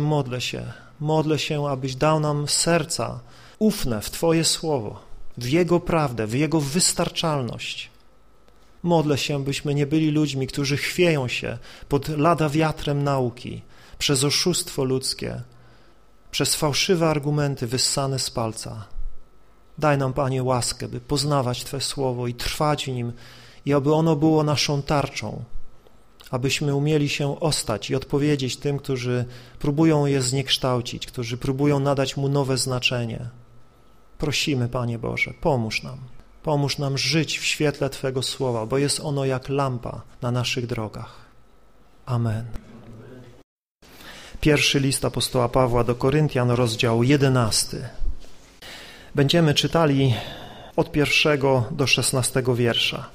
Speaker 1: modlę się, abyś dał nam serca ufne w Twoje słowo, w Jego prawdę, w Jego wystarczalność. Modlę się, byśmy nie byli ludźmi, którzy chwieją się pod lada wiatrem nauki, przez oszustwo ludzkie, przez fałszywe argumenty wyssane z palca. Daj nam, Panie, łaskę, by poznawać Twe słowo i trwać w nim i aby ono było naszą tarczą, abyśmy umieli się ostać i odpowiedzieć tym, którzy próbują je zniekształcić, którzy próbują nadać mu nowe znaczenie. Prosimy, Panie Boże, pomóż nam żyć w świetle Twego słowa, bo jest ono jak lampa na naszych drogach. Amen. Pierwszy list apostoła Pawła do Koryntian, rozdział 11. Będziemy czytali od 1 do 16 wiersza.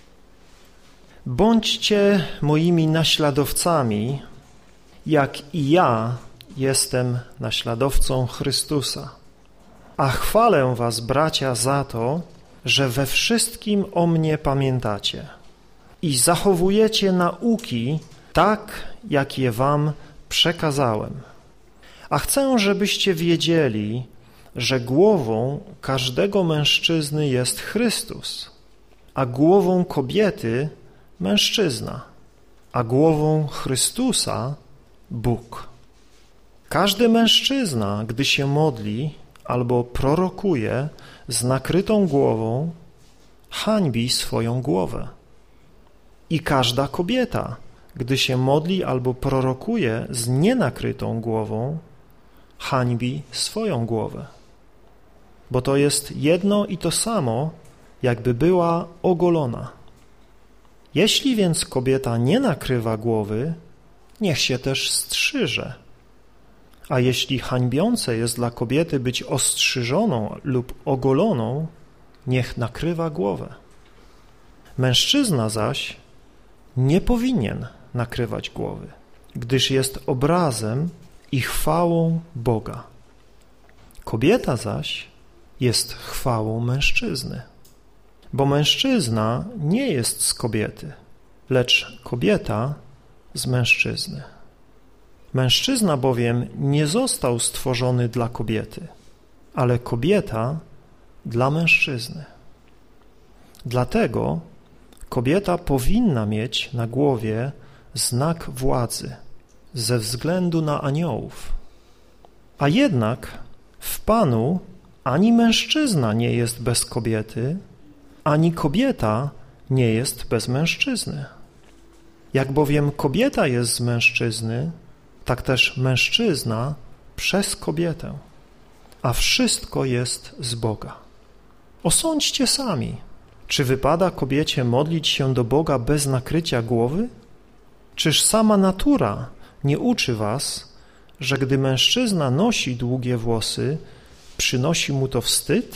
Speaker 1: Bądźcie moimi naśladowcami, jak i ja jestem naśladowcą Chrystusa. A chwalę was, bracia, za to, że we wszystkim o mnie pamiętacie i zachowujecie nauki tak, jak je wam przekazałem. A chcę, żebyście wiedzieli, że głową każdego mężczyzny jest Chrystus, a głową kobiety mężczyzna, a głową Chrystusa Bóg. Każdy mężczyzna, gdy się modli albo prorokuje z nakrytą głową, hańbi swoją głowę. I każda kobieta, gdy się modli albo prorokuje z nienakrytą głową, hańbi swoją głowę. Bo to jest jedno i to samo, jakby była ogolona. Jeśli więc kobieta nie nakrywa głowy, niech się też strzyże. A jeśli hańbiące jest dla kobiety być ostrzyżoną lub ogoloną, niech nakrywa głowę. Mężczyzna zaś nie powinien nakrywać głowy, gdyż jest obrazem i chwałą Boga. Kobieta zaś jest chwałą mężczyzny, bo mężczyzna nie jest z kobiety, lecz kobieta z mężczyzny. Mężczyzna bowiem nie został stworzony dla kobiety, ale kobieta dla mężczyzny. Dlatego kobieta powinna mieć na głowie znak władzy ze względu na aniołów. A jednak w Panu ani mężczyzna nie jest bez kobiety, ani kobieta nie jest bez mężczyzny. Jak bowiem kobieta jest z mężczyzny, tak też mężczyzna przez kobietę, a wszystko jest z Boga. Osądźcie sami, czy wypada kobiecie modlić się do Boga bez nakrycia głowy? Czyż sama natura nie uczy was, że gdy mężczyzna nosi długie włosy, przynosi mu to wstyd?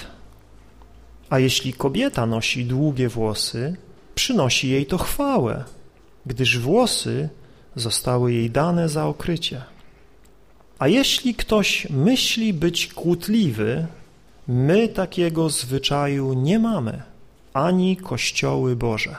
Speaker 1: A jeśli kobieta nosi długie włosy, przynosi jej to chwałę, gdyż włosy zostały jej dane za okrycie. A jeśli ktoś myśli być kłótliwy, my takiego zwyczaju nie mamy, ani Kościoły Boże.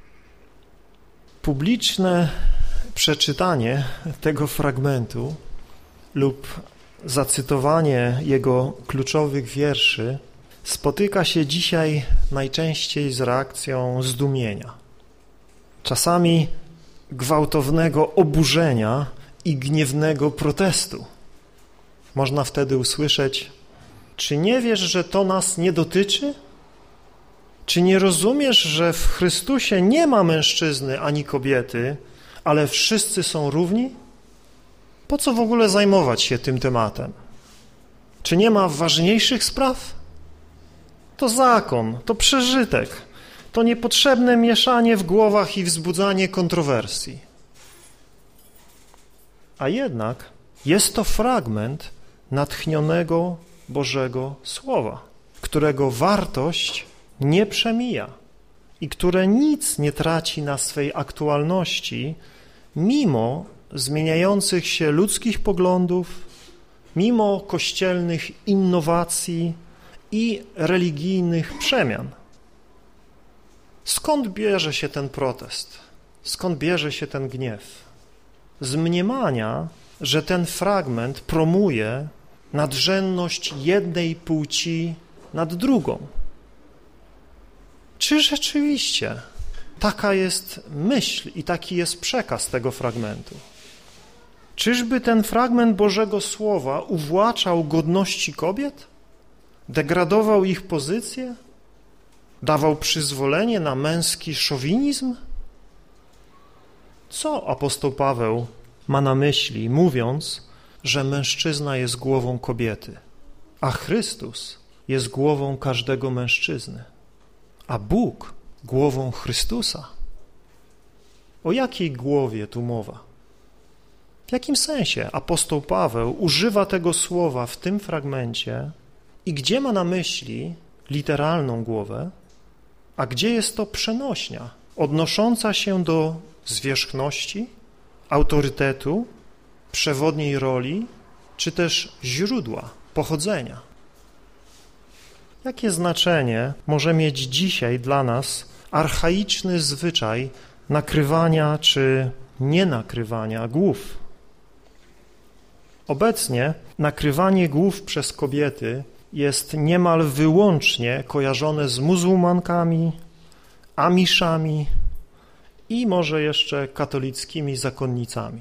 Speaker 1: Publiczne przeczytanie tego fragmentu lub zacytowanie jego kluczowych wierszy spotyka się dzisiaj najczęściej z reakcją zdumienia. Czasami gwałtownego oburzenia i gniewnego protestu. Można wtedy usłyszeć: czy nie wiesz, że to nas nie dotyczy? Czy nie rozumiesz, że w Chrystusie nie ma mężczyzny ani kobiety, ale wszyscy są równi? Po co w ogóle zajmować się tym tematem? Czy nie ma ważniejszych spraw? To zakon, to przeżytek, to niepotrzebne mieszanie w głowach i wzbudzanie kontrowersji. A jednak jest to fragment natchnionego Bożego Słowa, którego wartość nie przemija i które nic nie traci na swej aktualności, mimo zmieniających się ludzkich poglądów, mimo kościelnych innowacji i religijnych przemian. Skąd bierze się ten protest? Skąd bierze się ten gniew? Z mniemania, że ten fragment promuje nadrzędność jednej płci nad drugą. Czy rzeczywiście taka jest myśl i taki jest przekaz tego fragmentu? Czyżby ten fragment Bożego Słowa uwłaczał godności kobiet? Degradował ich pozycję? Dawał przyzwolenie na męski szowinizm? Co apostoł Paweł ma na myśli, mówiąc, że mężczyzna jest głową kobiety, a Chrystus jest głową każdego mężczyzny, a Bóg głową Chrystusa? O jakiej głowie tu mowa? W jakim sensie apostoł Paweł używa tego słowa w tym fragmencie i gdzie ma na myśli literalną głowę, a gdzie jest to przenośnia odnosząca się do zwierzchności, autorytetu, przewodniej roli, czy też źródła, pochodzenia? Jakie znaczenie może mieć dzisiaj dla nas archaiczny zwyczaj nakrywania czy nienakrywania głów? Obecnie nakrywanie głów przez kobiety jest niemal wyłącznie kojarzone z muzułmankami, amiszami i może jeszcze katolickimi zakonnicami.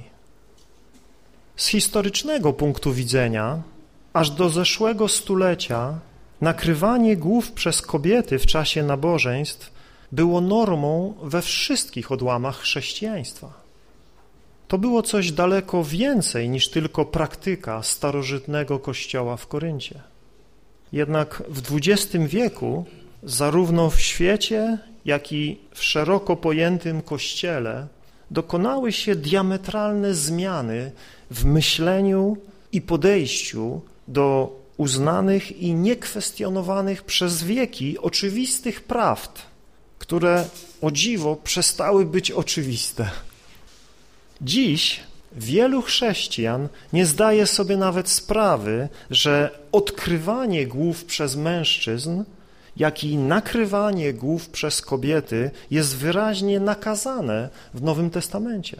Speaker 1: Z historycznego punktu widzenia, aż do zeszłego stulecia nakrywanie głów przez kobiety w czasie nabożeństw było normą we wszystkich odłamach chrześcijaństwa. To było coś daleko więcej niż tylko praktyka starożytnego kościoła w Koryncie. Jednak w XX wieku zarówno w świecie, jak i w szeroko pojętym Kościele dokonały się diametralne zmiany w myśleniu i podejściu do uznanych i niekwestionowanych przez wieki oczywistych prawd, które o dziwo przestały być oczywiste. Dziś wielu chrześcijan nie zdaje sobie nawet sprawy, że odkrywanie głów przez mężczyzn, jak i nakrywanie głów przez kobiety jest wyraźnie nakazane w Nowym Testamencie.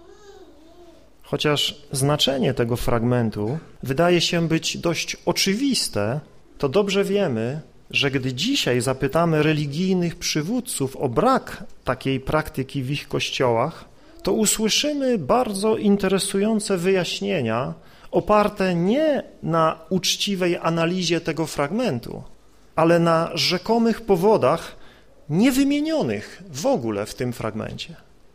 Speaker 1: Chociaż znaczenie tego fragmentu wydaje się być dość oczywiste, to dobrze wiemy, że gdy dzisiaj zapytamy religijnych przywódców o brak takiej praktyki w ich kościołach, to usłyszymy bardzo interesujące wyjaśnienia oparte nie na uczciwej analizie tego fragmentu, ale na rzekomych powodach niewymienionych w ogóle w tym fragmencie.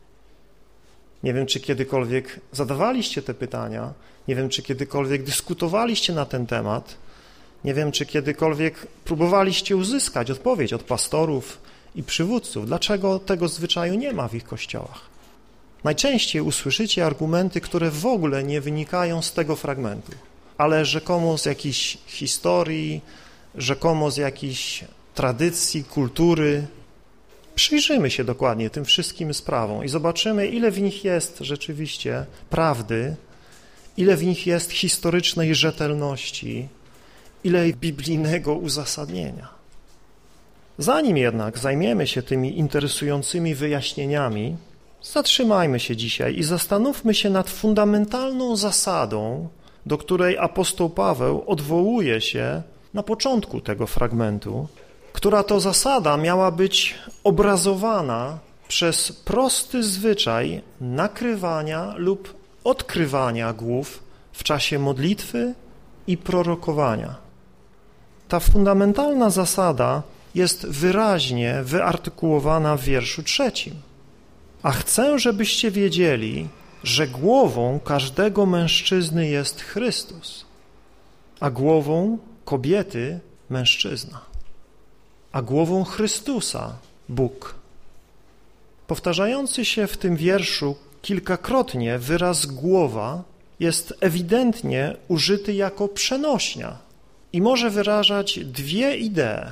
Speaker 1: Nie wiem, czy kiedykolwiek zadawaliście te pytania, nie wiem, czy kiedykolwiek dyskutowaliście na ten temat, nie wiem, czy kiedykolwiek próbowaliście uzyskać odpowiedź od pastorów i przywódców, dlaczego tego zwyczaju nie ma w ich kościołach. Najczęściej usłyszycie argumenty, które w ogóle nie wynikają z tego fragmentu, ale rzekomo z jakiejś historii, rzekomo z jakiejś tradycji, kultury. Przyjrzymy się dokładnie tym wszystkim sprawom i zobaczymy, ile w nich jest rzeczywiście prawdy, ile w nich jest historycznej rzetelności, ile biblijnego uzasadnienia. Zanim jednak zajmiemy się tymi interesującymi wyjaśnieniami, zatrzymajmy się dzisiaj i zastanówmy się nad fundamentalną zasadą, do której apostoł Paweł odwołuje się na początku tego fragmentu, która to zasada miała być obrazowana przez prosty zwyczaj nakrywania lub odkrywania głów w czasie modlitwy i prorokowania. Ta fundamentalna zasada jest wyraźnie wyartykułowana w wierszu 3. A chcę, żebyście wiedzieli, że głową każdego mężczyzny jest Chrystus, a głową kobiety mężczyzna, a głową Chrystusa Bóg. Powtarzający się w tym wierszu kilkakrotnie wyraz głowa jest ewidentnie użyty jako przenośnia i może wyrażać dwie idee.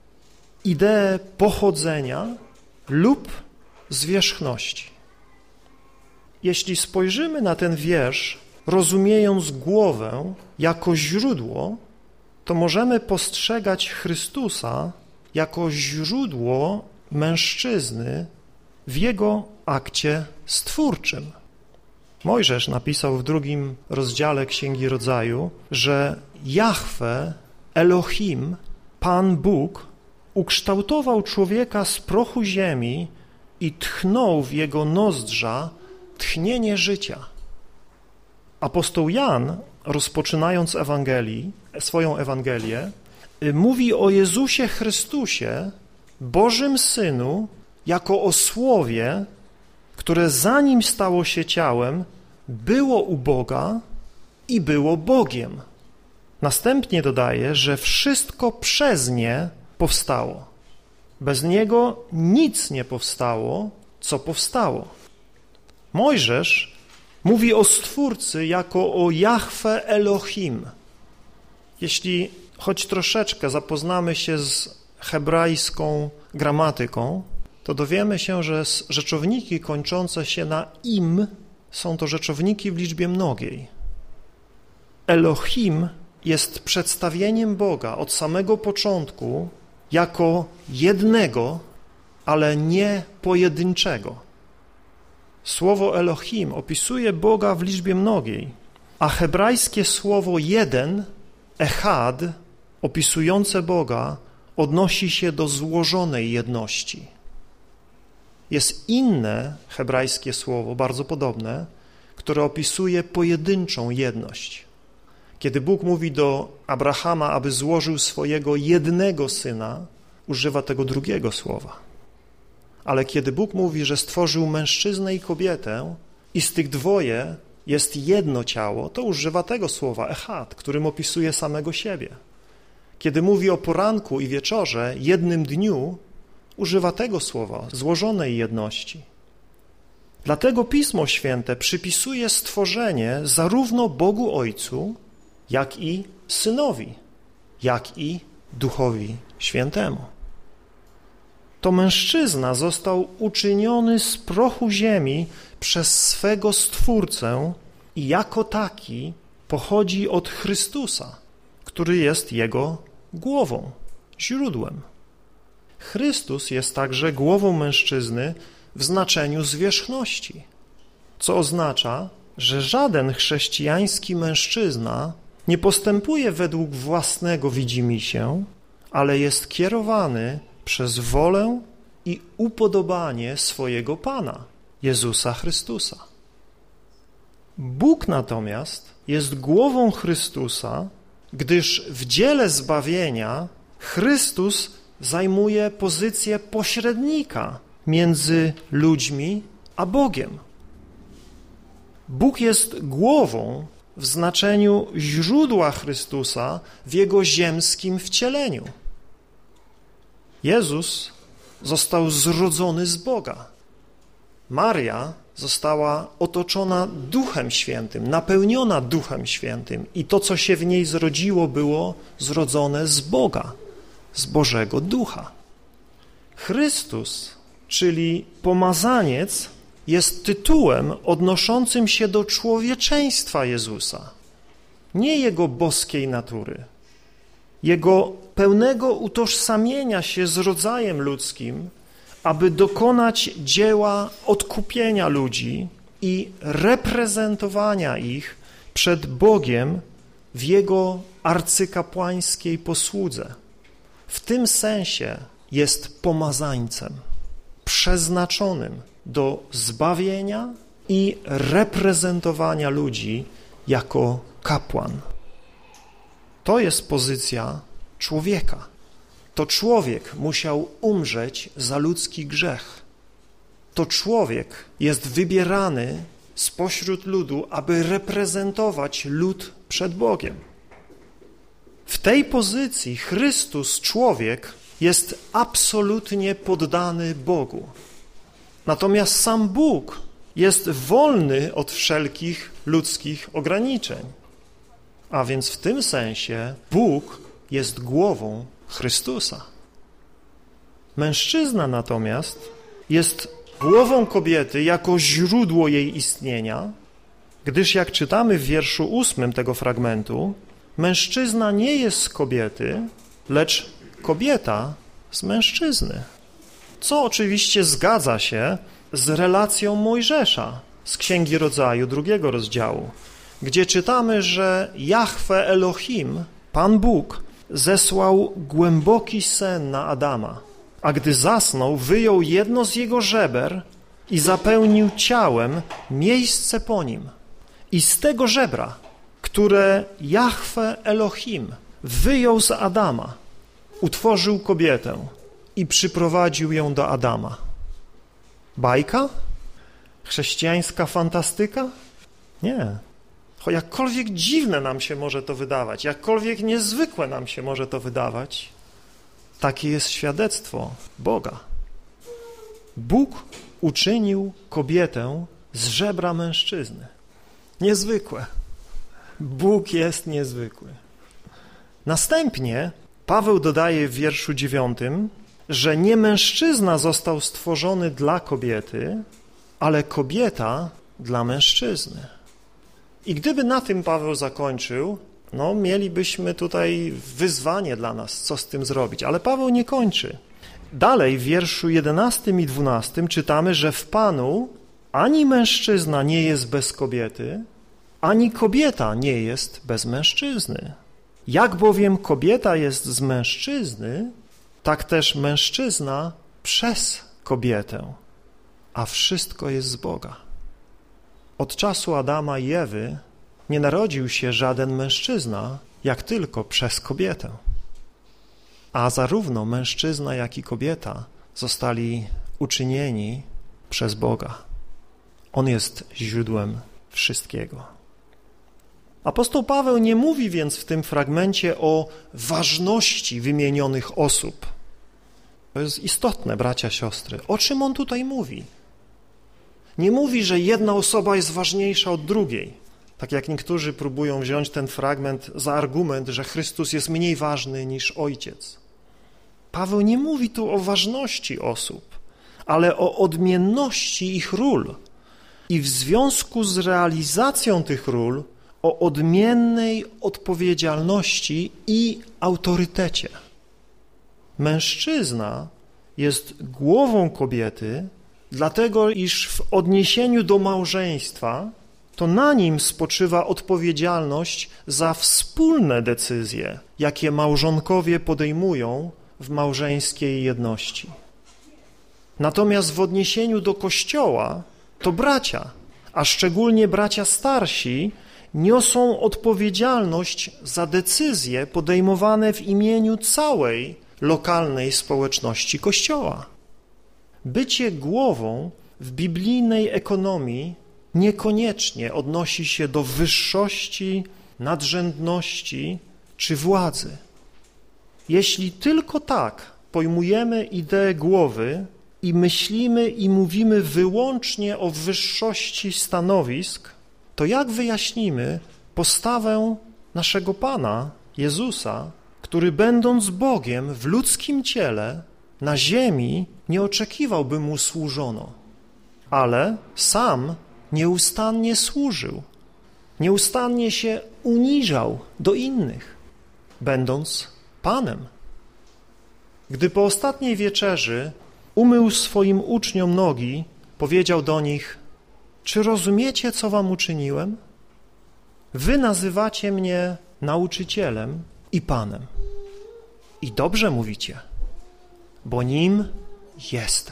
Speaker 1: Ideę pochodzenia lub zwierzchności. Jeśli spojrzymy na ten wiersz, rozumiejąc głowę jako źródło, to możemy postrzegać Chrystusa jako źródło mężczyzny w jego akcie stwórczym. Mojżesz napisał w 2 rozdziale Księgi Rodzaju, że Jahwe, Elohim, Pan Bóg, ukształtował człowieka z prochu ziemi i tchnął w jego nozdrza tchnienie życia. Apostoł Jan, rozpoczynając swoją Ewangelię, mówi o Jezusie Chrystusie, Bożym Synu, jako o Słowie, które zanim stało się ciałem, było u Boga i było Bogiem. Następnie dodaje, że wszystko przez nie powstało. Bez niego nic nie powstało, co powstało. Mojżesz mówi o Stwórcy jako o Jahwe Elohim. Jeśli choć troszeczkę zapoznamy się z hebrajską gramatyką, to dowiemy się, że rzeczowniki kończące się na im są to rzeczowniki w liczbie mnogiej. Elohim jest przedstawieniem Boga od samego początku jako jednego, ale nie pojedynczego. Słowo Elohim opisuje Boga w liczbie mnogiej, a hebrajskie słowo jeden, echad, opisujące Boga, odnosi się do złożonej jedności. Jest inne hebrajskie słowo, bardzo podobne, które opisuje pojedynczą jedność. Kiedy Bóg mówi do Abrahama, aby złożył swojego jednego syna, używa tego drugiego słowa. Ale kiedy Bóg mówi, że stworzył mężczyznę i kobietę i z tych dwoje jest jedno ciało, to używa tego słowa echad, którym opisuje samego siebie. Kiedy mówi o poranku i wieczorze, jednym dniu, używa tego słowa, złożonej jedności. Dlatego Pismo Święte przypisuje stworzenie zarówno Bogu Ojcu, jak i Synowi, jak i Duchowi Świętemu. To mężczyzna został uczyniony z prochu ziemi przez swego Stwórcę i jako taki pochodzi od Chrystusa, który jest Jego głową, źródłem. Chrystus jest także głową mężczyzny w znaczeniu zwierzchności, co oznacza, że żaden chrześcijański mężczyzna nie postępuje według własnego widzimisię, ale jest kierowany przez wolę i upodobanie swojego Pana, Jezusa Chrystusa. Bóg natomiast jest głową Chrystusa, gdyż w dziele zbawienia Chrystus zajmuje pozycję pośrednika między ludźmi a Bogiem. Bóg jest głową w znaczeniu źródła Chrystusa w Jego ziemskim wcieleniu. Jezus został zrodzony z Boga. Maria została otoczona Duchem Świętym, napełniona Duchem Świętym i to, co się w niej zrodziło, było zrodzone z Boga, z Bożego Ducha. Chrystus, czyli pomazaniec, jest tytułem odnoszącym się do człowieczeństwa Jezusa, nie Jego boskiej natury, Jego pełnego utożsamienia się z rodzajem ludzkim, aby dokonać dzieła odkupienia ludzi i reprezentowania ich przed Bogiem w Jego arcykapłańskiej posłudze. W tym sensie jest pomazańcem, przeznaczonym do zbawienia i reprezentowania ludzi jako kapłan. To jest pozycja człowieka. To człowiek musiał umrzeć za ludzki grzech. To człowiek jest wybierany spośród ludu, aby reprezentować lud przed Bogiem. W tej pozycji Chrystus, człowiek, jest absolutnie poddany Bogu. Natomiast sam Bóg jest wolny od wszelkich ludzkich ograniczeń. A więc w tym sensie Bóg jest głową Chrystusa. Mężczyzna natomiast jest głową kobiety jako źródło jej istnienia, gdyż jak czytamy w wierszu 8 tego fragmentu, mężczyzna nie jest z kobiety, lecz kobieta z mężczyzny. Co oczywiście zgadza się z relacją Mojżesza z Księgi Rodzaju 2 rozdziału, gdzie czytamy, że Jahwe Elohim, Pan Bóg, zesłał głęboki sen na Adama, a gdy zasnął, wyjął jedno z jego żeber i zapełnił ciałem miejsce po nim. I z tego żebra, które Jahwe Elohim wyjął z Adama, utworzył kobietę i przyprowadził ją do Adama. Bajka? Chrześcijańska fantastyka? Nie. Jakkolwiek dziwne nam się może to wydawać, jakkolwiek niezwykłe nam się może to wydawać, takie jest świadectwo Boga. Bóg uczynił kobietę z żebra mężczyzny. Niezwykłe. Bóg jest niezwykły. Następnie Paweł dodaje w wierszu 9, że nie mężczyzna został stworzony dla kobiety, ale kobieta dla mężczyzny. I gdyby na tym Paweł zakończył, No, mielibyśmy tutaj wyzwanie dla nas, co z tym zrobić, ale Paweł nie kończy. Dalej w wierszu 11 i 12 czytamy, że w Panu ani mężczyzna nie jest bez kobiety, ani kobieta nie jest bez mężczyzny. Jak bowiem kobieta jest z mężczyzny, tak też mężczyzna przez kobietę, a wszystko jest z Boga. Od czasu Adama i Ewy nie narodził się żaden mężczyzna, jak tylko przez kobietę. A zarówno mężczyzna, jak i kobieta zostali uczynieni przez Boga. On jest źródłem wszystkiego. Apostoł Paweł nie mówi więc w tym fragmencie o ważności wymienionych osób. To jest istotne, bracia, siostry. O czym on tutaj mówi? Nie mówi, że jedna osoba jest ważniejsza od drugiej. Tak jak niektórzy próbują wziąć ten fragment za argument, że Chrystus jest mniej ważny niż Ojciec. Paweł nie mówi tu o ważności osób, ale o odmienności ich ról i w związku z realizacją tych ról o odmiennej odpowiedzialności i autorytecie. Mężczyzna jest głową kobiety, dlatego iż w odniesieniu do małżeństwa to na nim spoczywa odpowiedzialność za wspólne decyzje, jakie małżonkowie podejmują w małżeńskiej jedności. Natomiast w odniesieniu do Kościoła to bracia, a szczególnie bracia starsi, niosą odpowiedzialność za decyzje podejmowane w imieniu całej lokalnej społeczności Kościoła. Bycie głową w biblijnej ekonomii niekoniecznie odnosi się do wyższości, nadrzędności czy władzy. Jeśli tylko tak pojmujemy ideę głowy i myślimy i mówimy wyłącznie o wyższości stanowisk, to jak wyjaśnimy postawę naszego Pana, Jezusa, który będąc Bogiem w ludzkim ciele na ziemi nie oczekiwał, by Mu służono, ale sam nieustannie służył, nieustannie się uniżał do innych, będąc Panem. Gdy po ostatniej wieczerzy umył swoim uczniom nogi, powiedział do nich: czy rozumiecie, co wam uczyniłem? Wy nazywacie mnie nauczycielem i Panem. I dobrze mówicie, bo nim jestem.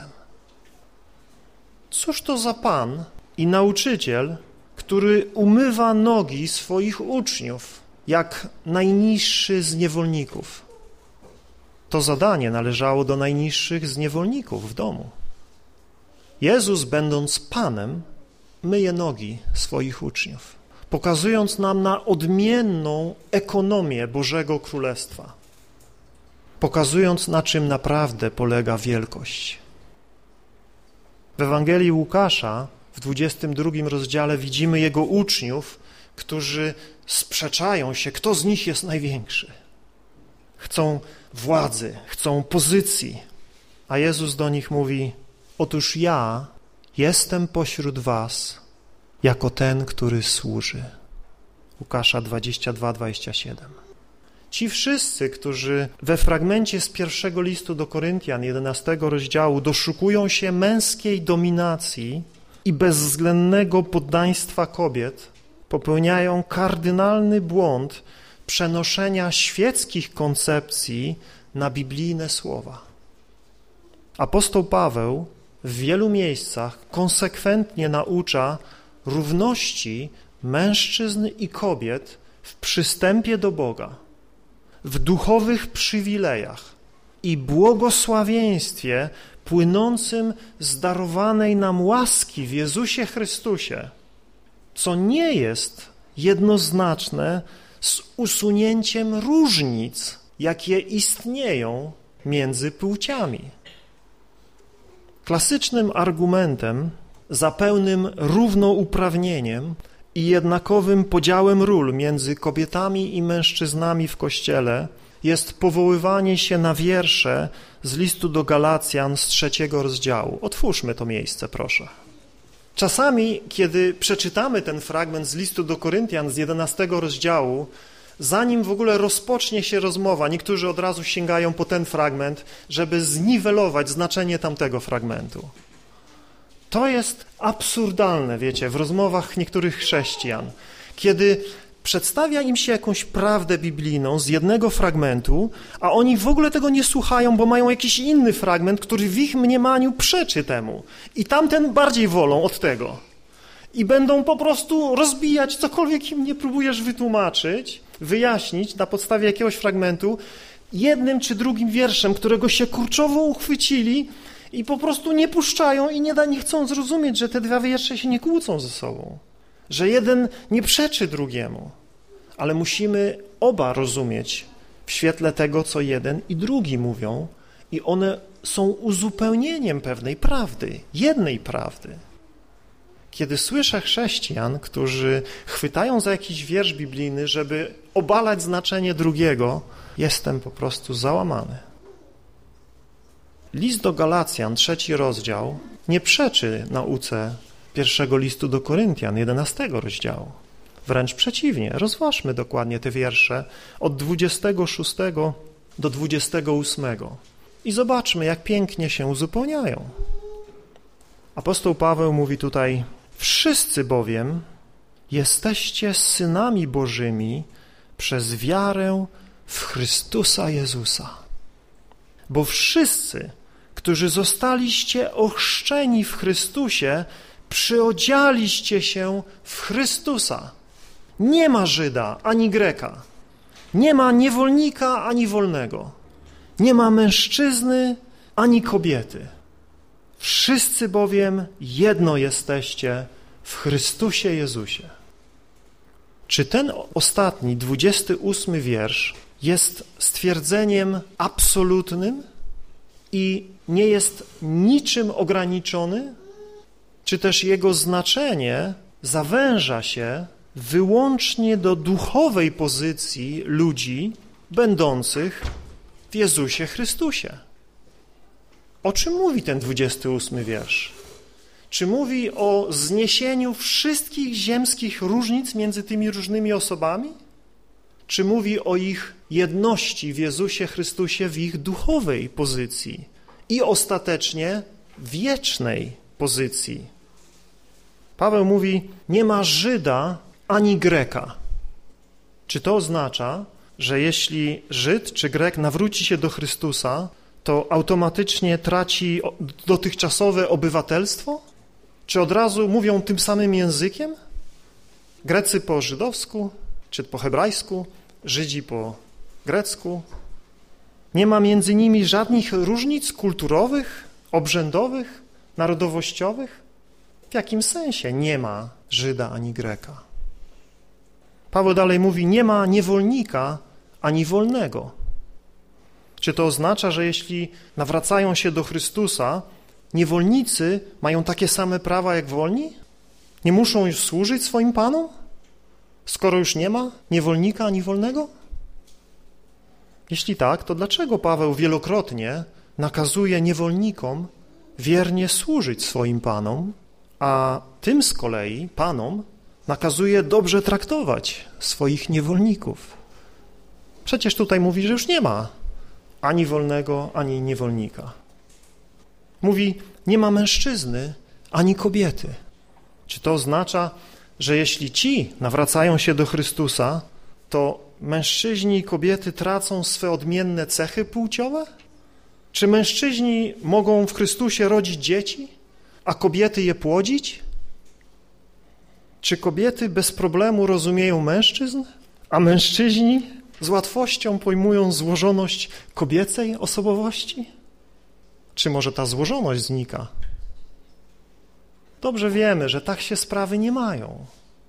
Speaker 1: Cóż to za Pan i nauczyciel, który umywa nogi swoich uczniów, jak najniższy z niewolników? To zadanie należało do najniższych z niewolników w domu. Jezus, będąc Panem, myje nogi swoich uczniów, pokazując nam na odmienną ekonomię Bożego Królestwa, pokazując, na czym naprawdę polega wielkość. W Ewangelii Łukasza w 22 rozdziale widzimy jego uczniów, którzy sprzeczają się, kto z nich jest największy. Chcą władzy, chcą pozycji, a Jezus do nich mówi: otóż ja jestem pośród was jako ten, który służy. Łukasza 22:27. Ci wszyscy, którzy we fragmencie z pierwszego listu do Koryntian, 11 rozdziału, doszukują się męskiej dominacji i bezwzględnego poddaństwa kobiet, popełniają kardynalny błąd przenoszenia świeckich koncepcji na biblijne słowa. Apostoł Paweł w wielu miejscach konsekwentnie naucza równości mężczyzn i kobiet w przystępie do Boga, w duchowych przywilejach i błogosławieństwie płynącym z darowanej nam łaski w Jezusie Chrystusie, co nie jest jednoznaczne z usunięciem różnic, jakie istnieją między płciami. Klasycznym argumentem za pełnym równouprawnieniem i jednakowym podziałem ról między kobietami i mężczyznami w Kościele jest powoływanie się na wiersze z listu do Galacjan z 3 rozdziału. Otwórzmy to miejsce, proszę. Czasami, kiedy przeczytamy ten fragment z listu do Koryntian z 11 rozdziału, zanim w ogóle rozpocznie się rozmowa, niektórzy od razu sięgają po ten fragment, żeby zniwelować znaczenie tamtego fragmentu. To jest absurdalne, wiecie, w rozmowach niektórych chrześcijan, kiedy przedstawia im się jakąś prawdę biblijną z jednego fragmentu, a oni w ogóle tego nie słuchają, bo mają jakiś inny fragment, który w ich mniemaniu przeczy temu. I tamten bardziej wolą od tego. I będą po prostu rozbijać cokolwiek im nie próbujesz wytłumaczyć, wyjaśnić na podstawie jakiegoś fragmentu, jednym czy drugim wierszem, którego się kurczowo uchwycili i po prostu nie puszczają i nie chcą zrozumieć, że te dwa wiersze się nie kłócą ze sobą. Że jeden nie przeczy drugiemu, ale musimy oba rozumieć w świetle tego, co jeden i drugi mówią i one są uzupełnieniem pewnej prawdy, jednej prawdy. Kiedy słyszę chrześcijan, którzy chwytają za jakiś wiersz biblijny, żeby obalać znaczenie drugiego, jestem po prostu załamany. List do Galacjan, 3 rozdział, nie przeczy nauce pierwszego listu do Koryntian, 11 rozdziału. Wręcz przeciwnie, rozważmy dokładnie te wiersze od 26 do 28 i zobaczmy, jak pięknie się uzupełniają. Apostoł Paweł mówi tutaj: wszyscy bowiem jesteście synami Bożymi przez wiarę w Chrystusa Jezusa. Bo wszyscy, którzy zostaliście ochrzczeni w Chrystusie, przyodzialiście się w Chrystusa. Nie ma Żyda ani Greka, nie ma niewolnika ani wolnego, nie ma mężczyzny ani kobiety. Wszyscy bowiem jedno jesteście w Chrystusie Jezusie. Czy ten ostatni, 28 wiersz jest stwierdzeniem absolutnym i nie jest niczym ograniczony? Czy też jego znaczenie zawęża się wyłącznie do duchowej pozycji ludzi będących w Jezusie Chrystusie? O czym mówi ten 28 wiersz? Czy mówi o zniesieniu wszystkich ziemskich różnic między tymi różnymi osobami? Czy mówi o ich jedności w Jezusie Chrystusie w ich duchowej pozycji i ostatecznie wiecznej pozycji? Paweł mówi: nie ma Żyda ani Greka. Czy to oznacza, że jeśli Żyd czy Grek nawróci się do Chrystusa, to automatycznie traci dotychczasowe obywatelstwo? Czy od razu mówią tym samym językiem? Grecy po żydowsku, czy po hebrajsku, Żydzi po grecku. Nie ma między nimi żadnych różnic kulturowych, obrzędowych, narodowościowych? W jakim sensie nie ma Żyda ani Greka? Paweł dalej mówi: nie ma niewolnika ani wolnego. Czy to oznacza, że jeśli nawracają się do Chrystusa, niewolnicy mają takie same prawa jak wolni? Nie muszą już służyć swoim panom, skoro już nie ma niewolnika ani wolnego? Jeśli tak, to dlaczego Paweł wielokrotnie nakazuje niewolnikom wiernie służyć swoim panom, a tym z kolei panom nakazuje dobrze traktować swoich niewolników? Przecież tutaj mówi, że już nie ma ani wolnego, ani niewolnika. Mówi: nie ma mężczyzny, ani kobiety. Czy to oznacza, że jeśli ci nawracają się do Chrystusa, to mężczyźni i kobiety tracą swe odmienne cechy płciowe? Czy mężczyźni mogą w Chrystusie rodzić dzieci, a kobiety je płodzić? Czy kobiety bez problemu rozumieją mężczyzn, a mężczyźni z łatwością pojmują złożoność kobiecej osobowości? Czy może ta złożoność znika? Dobrze wiemy, że tak się sprawy nie mają.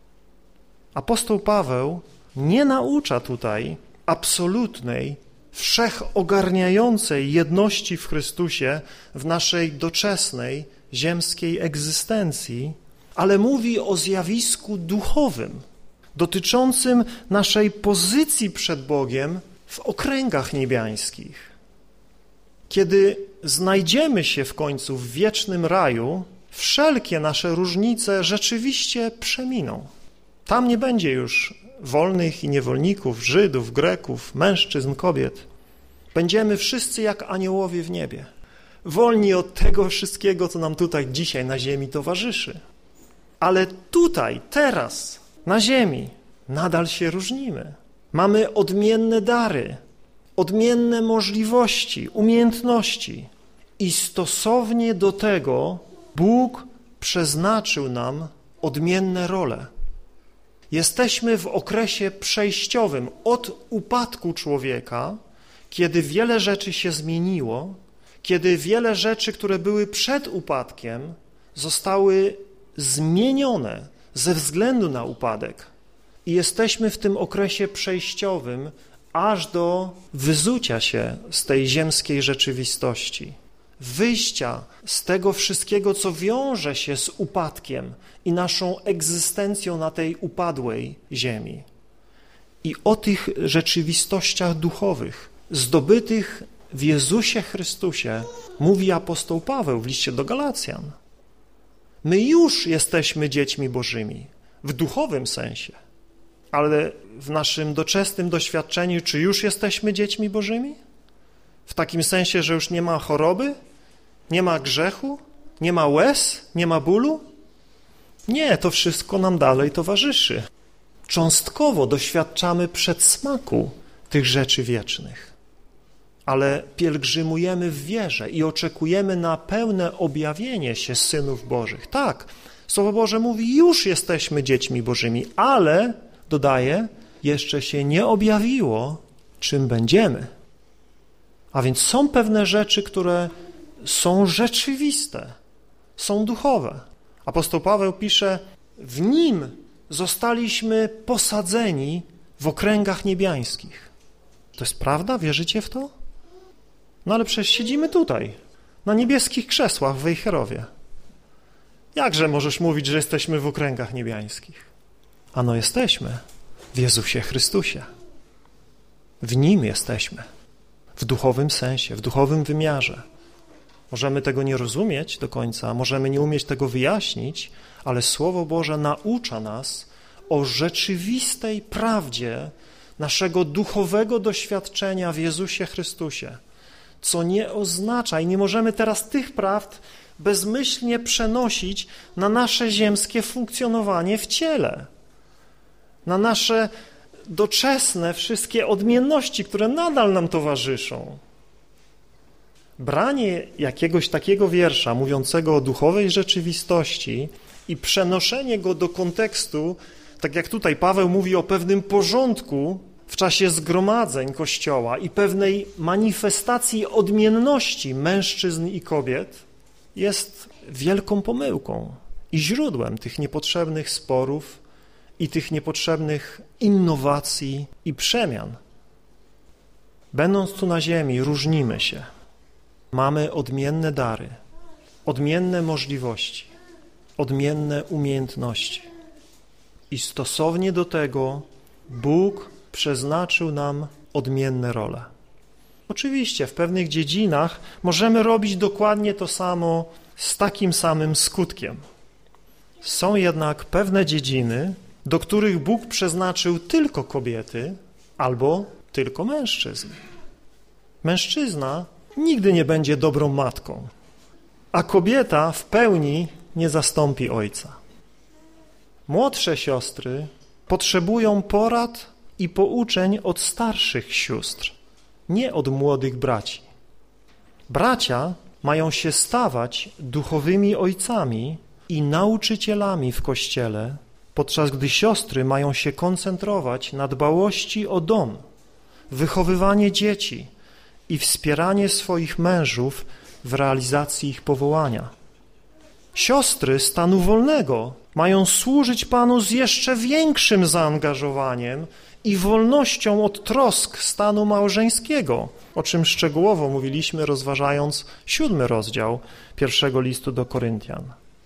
Speaker 1: Apostoł Paweł nie naucza tutaj absolutnej, wszechogarniającej jedności w Chrystusie w naszej doczesnej, ziemskiej egzystencji, ale mówi o zjawisku duchowym, dotyczącym naszej pozycji przed Bogiem w okręgach niebiańskich. Kiedy znajdziemy się w końcu w wiecznym raju, wszelkie nasze różnice rzeczywiście przeminą. Tam nie będzie już wolnych i niewolników, Żydów, Greków, mężczyzn, kobiet, będziemy wszyscy jak aniołowie w niebie, wolni od tego wszystkiego, co nam tutaj dzisiaj na ziemi towarzyszy. Ale tutaj, teraz, na ziemi, nadal się różnimy. Mamy odmienne dary, odmienne możliwości, umiejętności i stosownie do tego Bóg przeznaczył nam odmienne role. Jesteśmy w okresie przejściowym od upadku człowieka, kiedy wiele rzeczy się zmieniło, kiedy wiele rzeczy, które były przed upadkiem, zostały zmienione ze względu na upadek. I jesteśmy w tym okresie przejściowym aż do wyzucia się z tej ziemskiej rzeczywistości, wyjścia z tego wszystkiego, co wiąże się z upadkiem i naszą egzystencją na tej upadłej ziemi. I o tych rzeczywistościach duchowych, zdobytych w Jezusie Chrystusie, mówi apostoł Paweł w liście do Galacjan. My już jesteśmy dziećmi Bożymi, w duchowym sensie, ale w naszym doczesnym doświadczeniu, czy już jesteśmy dziećmi Bożymi? W takim sensie, że już nie ma choroby, nie ma grzechu, nie ma łez, nie ma bólu? Nie, to wszystko nam dalej towarzyszy. Cząstkowo doświadczamy przedsmaku tych rzeczy wiecznych, ale pielgrzymujemy w wierze i oczekujemy na pełne objawienie się synów Bożych. Tak, Słowo Boże mówi, już jesteśmy dziećmi Bożymi, ale, dodaje, jeszcze się nie objawiło, czym będziemy. A więc są pewne rzeczy, które są rzeczywiste, są duchowe. Apostoł Paweł pisze, w Nim zostaliśmy posadzeni w okręgach niebiańskich. To jest prawda? Wierzycie w to? No ale przecież siedzimy tutaj, na niebieskich krzesłach w Wejherowie. Jakże możesz mówić, że jesteśmy w okręgach niebiańskich? Ano jesteśmy w Jezusie Chrystusie. W Nim jesteśmy, w duchowym sensie, w duchowym wymiarze. Możemy tego nie rozumieć do końca, możemy nie umieć tego wyjaśnić, ale Słowo Boże naucza nas o rzeczywistej prawdzie naszego duchowego doświadczenia w Jezusie Chrystusie, co nie oznacza i nie możemy teraz tych prawd bezmyślnie przenosić na nasze ziemskie funkcjonowanie w ciele, na nasze doczesne wszystkie odmienności, które nadal nam towarzyszą. Branie jakiegoś takiego wiersza mówiącego o duchowej rzeczywistości i przenoszenie go do kontekstu, tak jak tutaj Paweł mówi o pewnym porządku w czasie zgromadzeń Kościoła i pewnej manifestacji odmienności mężczyzn i kobiet, jest wielką pomyłką i źródłem tych niepotrzebnych sporów i tych niepotrzebnych innowacji i przemian. Będąc tu na ziemi, różnimy się. Mamy odmienne dary, odmienne możliwości, odmienne umiejętności. I stosownie do tego Bóg przeznaczył nam odmienne role. Oczywiście w pewnych dziedzinach możemy robić dokładnie to samo z takim samym skutkiem. Są jednak pewne dziedziny, do których Bóg przeznaczył tylko kobiety albo tylko mężczyzn. Mężczyzna nigdy nie będzie dobrą matką, a kobieta w pełni nie zastąpi ojca. Młodsze siostry potrzebują porad i pouczeń od starszych sióstr, nie od młodych braci. Bracia mają się stawać duchowymi ojcami i nauczycielami w Kościele, podczas gdy siostry mają się koncentrować na dbałości o dom, wychowywanie dzieci i wspieranie swoich mężów w realizacji ich powołania. Siostry stanu wolnego mają służyć Panu z jeszcze większym zaangażowaniem i wolnością od trosk stanu małżeńskiego, o czym szczegółowo mówiliśmy, rozważając 7 rozdział 1 listu do Koryntian.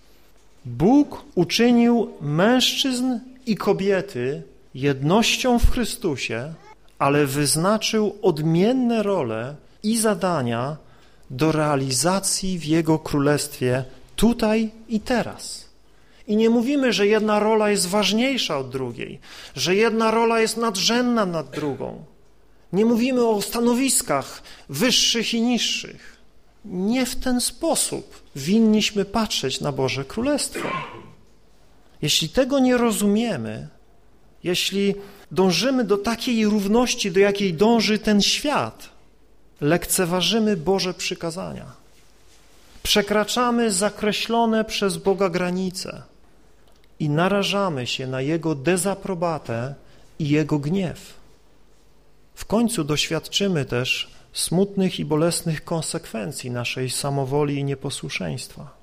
Speaker 1: Bóg uczynił mężczyzn i kobiety jednością w Chrystusie, ale wyznaczył odmienne role i zadania do realizacji w Jego Królestwie tutaj i teraz. I nie mówimy, że jedna rola jest ważniejsza od drugiej, że jedna rola jest nadrzędna nad drugą. Nie mówimy o stanowiskach wyższych i niższych. Nie w ten sposób winniśmy patrzeć na Boże Królestwo. Jeśli tego nie rozumiemy, jeśli dążymy do takiej równości, do jakiej dąży ten świat, lekceważymy Boże przykazania. Przekraczamy zakreślone przez Boga granice i narażamy się na Jego dezaprobatę i Jego gniew. W końcu doświadczymy też smutnych i bolesnych konsekwencji naszej samowoli i nieposłuszeństwa.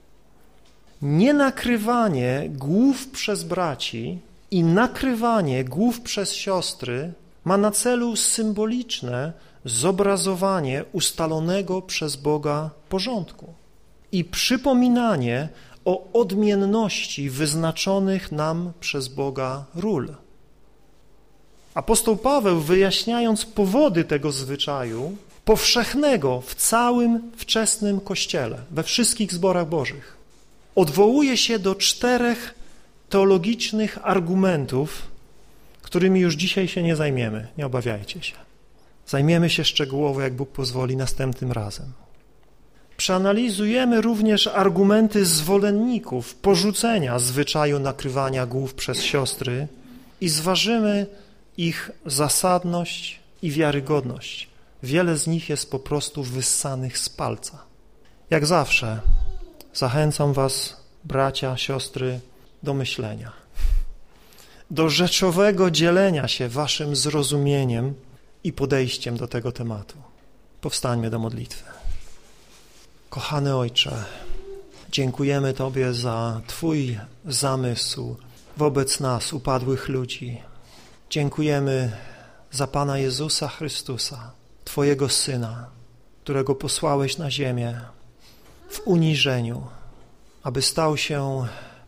Speaker 1: Nienakrywanie głów przez braci i nakrywanie głów przez siostry ma na celu symboliczne zobrazowanie ustalonego przez Boga porządku i przypominanie o odmienności wyznaczonych nam przez Boga ról. Apostoł Paweł, wyjaśniając powody tego zwyczaju, powszechnego w całym wczesnym Kościele, we wszystkich zborach bożych, odwołuje się do 4 teologicznych argumentów, którymi już dzisiaj się nie zajmiemy, nie obawiajcie się. Zajmiemy się szczegółowo, jak Bóg pozwoli, następnym razem. Przeanalizujemy również argumenty zwolenników porzucenia zwyczaju nakrywania głów przez siostry i zważymy ich zasadność i wiarygodność. Wiele z nich jest po prostu wyssanych z palca. Jak zawsze zachęcam was, bracia, siostry, do myślenia, do rzeczowego dzielenia się waszym zrozumieniem i podejściem do tego tematu. Powstańmy do modlitwy. Kochany Ojcze, dziękujemy Tobie za Twój zamysł wobec nas, upadłych ludzi. Dziękujemy za Pana Jezusa Chrystusa, Twojego Syna, którego posłałeś na ziemię w uniżeniu, aby stał się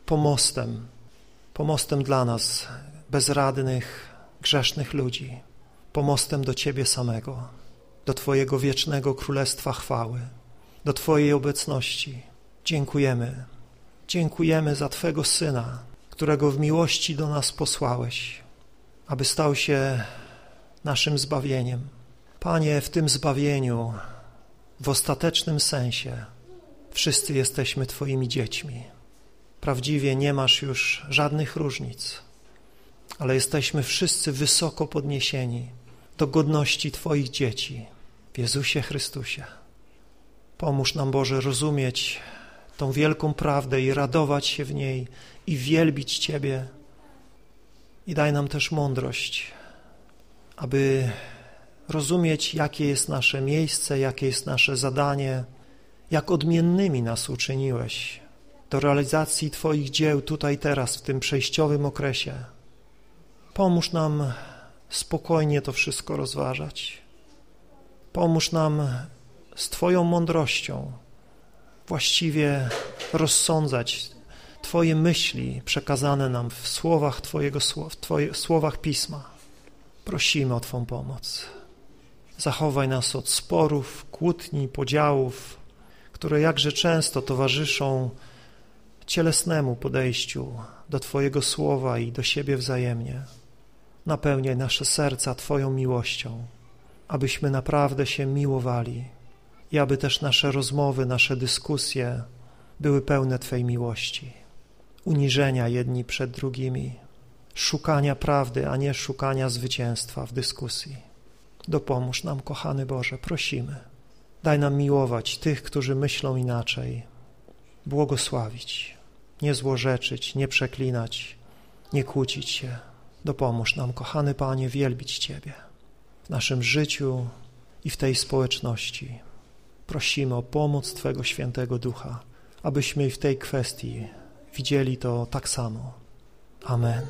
Speaker 1: pomostem dla nas, bezradnych, grzesznych ludzi, pomostem do Ciebie samego, do Twojego wiecznego Królestwa chwały, do Twojej obecności. Dziękujemy. Dziękujemy za Twego Syna, którego w miłości do nas posłałeś, aby stał się naszym zbawieniem. Panie, w tym zbawieniu, w ostatecznym sensie, wszyscy jesteśmy Twoimi dziećmi. Prawdziwie nie masz już żadnych różnic, ale jesteśmy wszyscy wysoko podniesieni do godności Twoich dzieci w Jezusie Chrystusie. Pomóż nam, Boże, rozumieć tą wielką prawdę i radować się w niej i wielbić Ciebie. I daj nam też mądrość, aby rozumieć, jakie jest nasze miejsce, jakie jest nasze zadanie, jak odmiennymi nas uczyniłeś do realizacji Twoich dzieł tutaj, teraz, w tym przejściowym okresie. Pomóż nam spokojnie to wszystko rozważać. Pomóż nam z Twoją mądrością właściwie rozsądzać Twoje myśli przekazane nam w słowach w słowach Pisma. Prosimy o Twą pomoc. Zachowaj nas od sporów, kłótni, podziałów, które jakże często towarzyszą cielesnemu podejściu do Twojego słowa i do siebie wzajemnie. Napełniaj nasze serca Twoją miłością, abyśmy naprawdę się miłowali i aby też nasze rozmowy, nasze dyskusje były pełne Twej miłości, uniżenia jedni przed drugimi, szukania prawdy, a nie szukania zwycięstwa w dyskusji. Dopomóż nam, kochany Boże, prosimy. Daj nam miłować tych, którzy myślą inaczej, błogosławić, nie złorzeczyć, nie przeklinać, nie kłócić się. Dopomóż nam, kochany Panie, wielbić Ciebie w naszym życiu i w tej społeczności. Prosimy o pomoc Twego Świętego Ducha, abyśmy w tej kwestii widzieli to tak samo. Amen.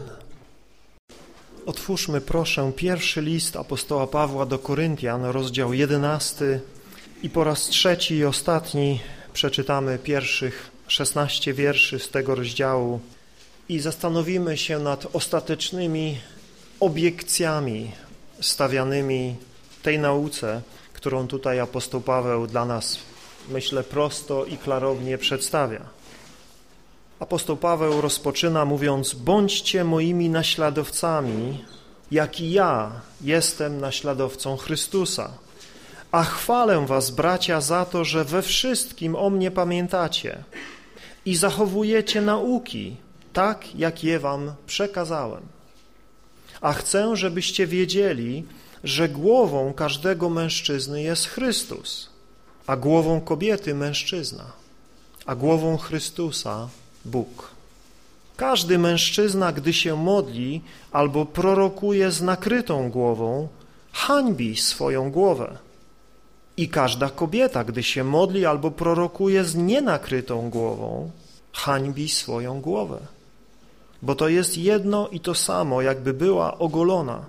Speaker 1: Otwórzmy, proszę, pierwszy list apostoła Pawła do Koryntian, rozdział 11 i po raz trzeci i ostatni przeczytamy pierwszych 16 wierszy z tego rozdziału i zastanowimy się nad ostatecznymi obiekcjami stawianymi tej nauce, którą tutaj apostoł Paweł dla nas, myślę, prosto i klarownie przedstawia. Apostoł Paweł rozpoczyna mówiąc: bądźcie moimi naśladowcami, jak i ja jestem naśladowcą Chrystusa. A chwalę was, bracia, za to, że we wszystkim o mnie pamiętacie i zachowujecie nauki, tak jak je wam przekazałem. A chcę, żebyście wiedzieli, że głową każdego mężczyzny jest Chrystus, a głową kobiety mężczyzna, a głową Chrystusa Bóg. Każdy mężczyzna, gdy się modli albo prorokuje z nakrytą głową, hańbi swoją głowę. I każda kobieta, gdy się modli albo prorokuje z nienakrytą głową, hańbi swoją głowę. Bo to jest jedno i to samo, jakby była ogolona.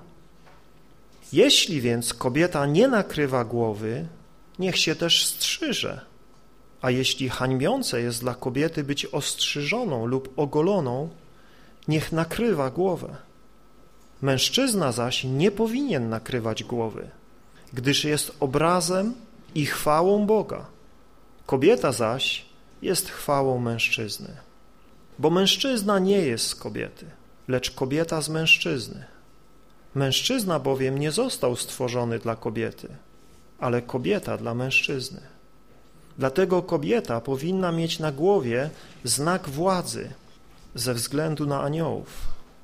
Speaker 1: Jeśli więc kobieta nie nakrywa głowy, niech się też strzyże. A jeśli hańbiące jest dla kobiety być ostrzyżoną lub ogoloną, niech nakrywa głowę. Mężczyzna zaś nie powinien nakrywać głowy, gdyż jest obrazem i chwałą Boga. Kobieta zaś jest chwałą mężczyzny. Bo mężczyzna nie jest z kobiety, lecz kobieta z mężczyzny. Mężczyzna bowiem nie został stworzony dla kobiety, ale kobieta dla mężczyzny. Dlatego kobieta powinna mieć na głowie znak władzy ze względu na aniołów.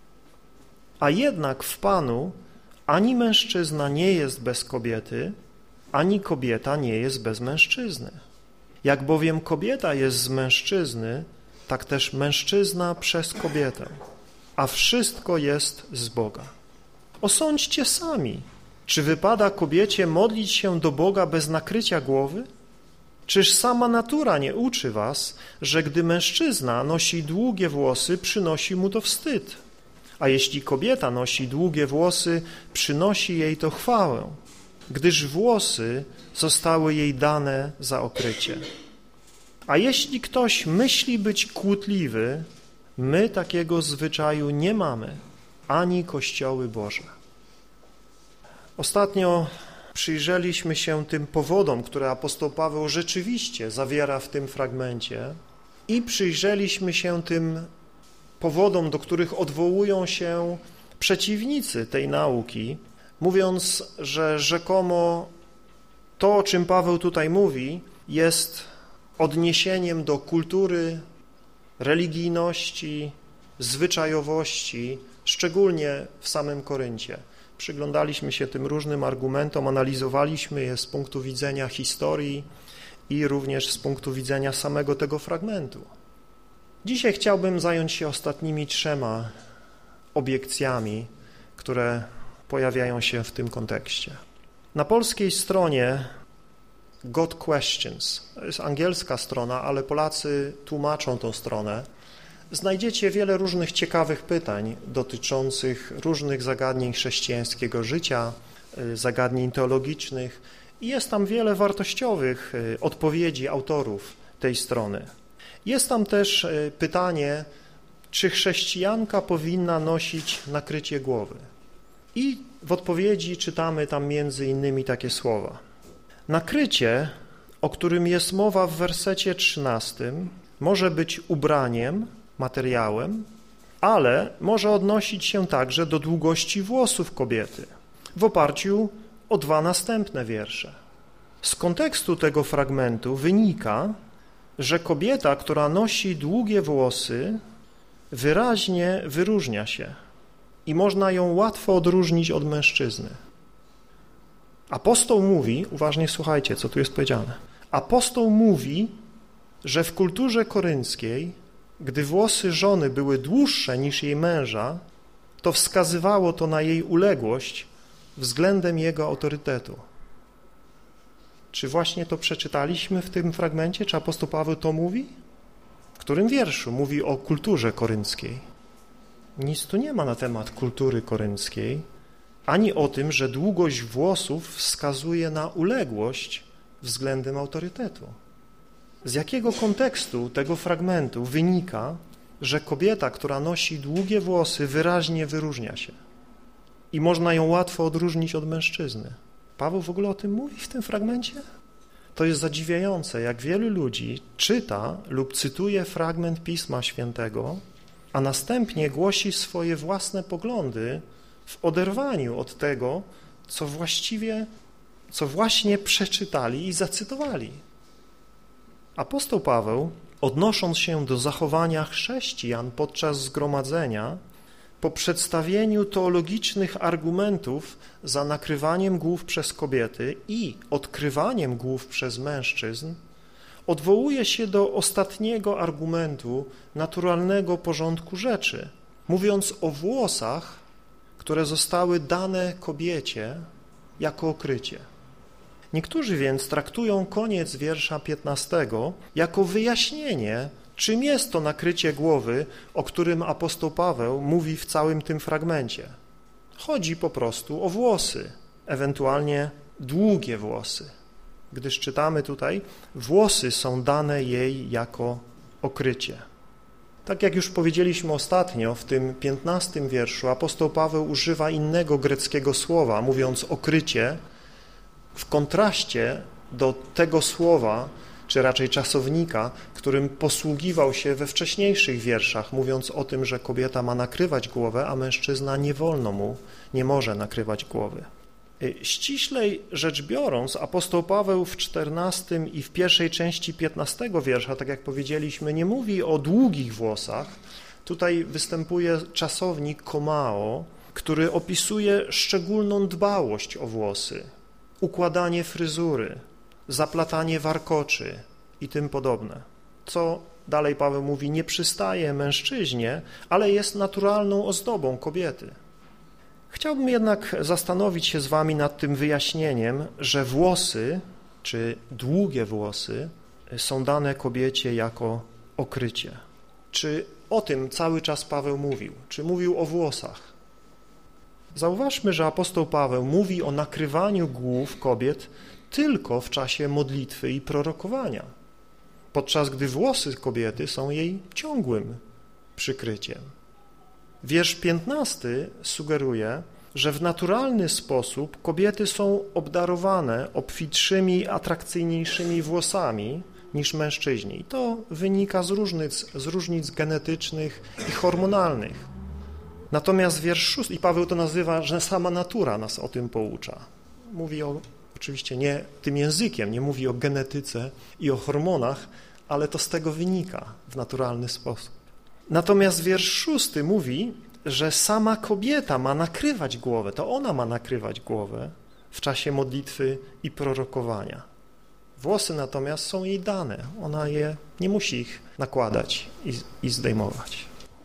Speaker 1: A jednak w Panu ani mężczyzna nie jest bez kobiety, ani kobieta nie jest bez mężczyzny. Jak bowiem kobieta jest z mężczyzny, tak też mężczyzna przez kobietę, a wszystko jest z Boga. Osądźcie sami, czy wypada kobiecie modlić się do Boga bez nakrycia głowy? Czyż sama natura nie uczy was, że gdy mężczyzna nosi długie włosy, przynosi mu to wstyd, a jeśli kobieta nosi długie włosy, przynosi jej to chwałę, gdyż włosy zostały jej dane za okrycie. A jeśli ktoś myśli być kłótliwy, my takiego zwyczaju nie mamy, ani kościoły Boże. Ostatnio przyjrzeliśmy się tym powodom, które apostoł Paweł rzeczywiście zawiera w tym fragmencie i przyjrzeliśmy się tym powodom, do których odwołują się przeciwnicy tej nauki, mówiąc, że rzekomo to, o czym Paweł tutaj mówi, jest odniesieniem do kultury, religijności, zwyczajowości, szczególnie w samym Koryncie. Przyglądaliśmy się tym różnym argumentom, analizowaliśmy je z punktu widzenia historii i również z punktu widzenia samego tego fragmentu. Dzisiaj chciałbym zająć się ostatnimi 3 obiekcjami, które pojawiają się w tym kontekście. Na polskiej stronie God Questions, to jest angielska strona, ale Polacy tłumaczą tą stronę, znajdziecie wiele różnych ciekawych pytań dotyczących różnych zagadnień chrześcijańskiego życia, zagadnień teologicznych i jest tam wiele wartościowych odpowiedzi autorów tej strony. Jest tam też pytanie, czy chrześcijanka powinna nosić nakrycie głowy. I w odpowiedzi czytamy tam między innymi takie słowa. Nakrycie, o którym jest mowa w wersecie 13, może być ubraniem, materiałem, ale może odnosić się także do długości włosów kobiety w oparciu o 2 następne wiersze. Z kontekstu tego fragmentu wynika, że kobieta, która nosi długie włosy, wyraźnie wyróżnia się i można ją łatwo odróżnić od mężczyzny. Apostoł mówi, uważnie słuchajcie, co tu jest powiedziane. Apostoł mówi, że w kulturze korynckiej, gdy włosy żony były dłuższe niż jej męża, to wskazywało to na jej uległość względem jego autorytetu. Czy właśnie to przeczytaliśmy w tym fragmencie? Czy apostoł Paweł to mówi? W którym wierszu mówi o kulturze korynckiej? Nic tu nie ma na temat kultury korynckiej, ani o tym, że długość włosów wskazuje na uległość względem autorytetu. Z jakiego kontekstu tego fragmentu wynika, że kobieta, która nosi długie włosy, wyraźnie wyróżnia się i można ją łatwo odróżnić od mężczyzny? Paweł w ogóle o tym mówi w tym fragmencie? To jest zadziwiające, jak wielu ludzi czyta lub cytuje fragment Pisma Świętego, a następnie głosi swoje własne poglądy w oderwaniu od tego, co właśnie przeczytali i zacytowali. Apostoł Paweł, odnosząc się do zachowania chrześcijan podczas zgromadzenia, po przedstawieniu teologicznych argumentów za nakrywaniem głów przez kobiety i odkrywaniem głów przez mężczyzn, odwołuje się do ostatniego argumentu naturalnego porządku rzeczy, mówiąc o włosach, które zostały dane kobiecie jako okrycie. Niektórzy więc traktują koniec wiersza 15 jako wyjaśnienie, czym jest to nakrycie głowy, o którym apostoł Paweł mówi w całym tym fragmencie. Chodzi po prostu o włosy, ewentualnie długie włosy, gdyż czytamy tutaj, włosy są dane jej jako okrycie. Tak jak już powiedzieliśmy ostatnio, w tym 15 wierszu apostoł Paweł używa innego greckiego słowa, mówiąc okrycie, w kontraście do tego słowa, czy raczej czasownika, którym posługiwał się we wcześniejszych wierszach, mówiąc o tym, że kobieta ma nakrywać głowę, a mężczyzna nie wolno mu, nie może nakrywać głowy. Ściślej rzecz biorąc, apostoł Paweł w 14 i w pierwszej części 15 wiersza, tak jak powiedzieliśmy, nie mówi o długich włosach. Tutaj występuje czasownik komao, który opisuje szczególną dbałość o włosy, układanie fryzury, zaplatanie warkoczy i tym podobne. Co dalej Paweł mówi, nie przystaje mężczyźnie, ale jest naturalną ozdobą kobiety. Chciałbym jednak zastanowić się z wami nad tym wyjaśnieniem, że włosy, czy długie włosy, są dane kobiecie jako okrycie. Czy o tym cały czas Paweł mówił? Czy mówił o włosach? Zauważmy, że apostoł Paweł mówi o nakrywaniu głów kobiet tylko w czasie modlitwy i prorokowania, podczas gdy włosy kobiety są jej ciągłym przykryciem. Wiersz 15 sugeruje, że w naturalny sposób kobiety są obdarowane obfitszymi, atrakcyjniejszymi włosami niż mężczyźni. I to wynika z różnic genetycznych i hormonalnych. Natomiast wiersz 6, i Paweł to nazywa, że sama natura nas o tym poucza. Mówi oczywiście nie tym językiem, nie mówi o genetyce i o hormonach, ale to z tego wynika w naturalny sposób. Natomiast wiersz 6 mówi, że sama kobieta ma nakrywać głowę, to ona ma nakrywać głowę w czasie modlitwy i prorokowania. Włosy natomiast są jej dane, ona nie musi ich nakładać i zdejmować.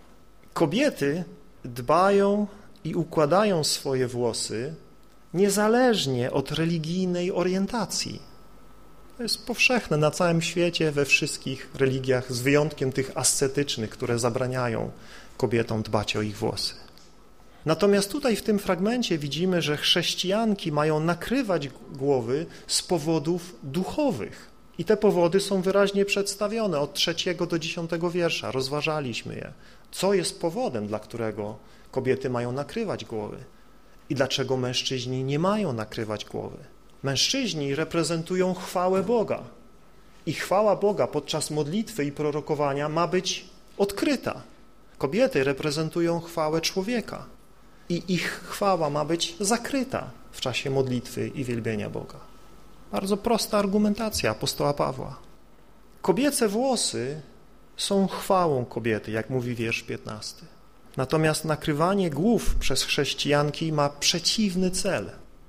Speaker 1: Kobiety dbają i układają swoje włosy niezależnie od religijnej orientacji. To jest powszechne na całym świecie, we wszystkich religiach, z wyjątkiem tych ascetycznych, które zabraniają kobietom dbać o ich włosy. Natomiast tutaj w tym fragmencie widzimy, że chrześcijanki mają nakrywać głowy z powodów duchowych. I te powody są wyraźnie przedstawione od 3 do 10 wiersza. Rozważaliśmy je. Co jest powodem, dla którego kobiety mają nakrywać głowy i dlaczego mężczyźni nie mają nakrywać głowy. Mężczyźni reprezentują chwałę Boga i chwała Boga podczas modlitwy i prorokowania ma być odkryta. Kobiety reprezentują chwałę człowieka i ich chwała ma być zakryta w czasie modlitwy i wielbienia Boga. Bardzo prosta argumentacja apostoła Pawła. Kobiece włosy są chwałą kobiety, jak mówi wiersz 15. Natomiast nakrywanie głów przez chrześcijanki ma przeciwny cel.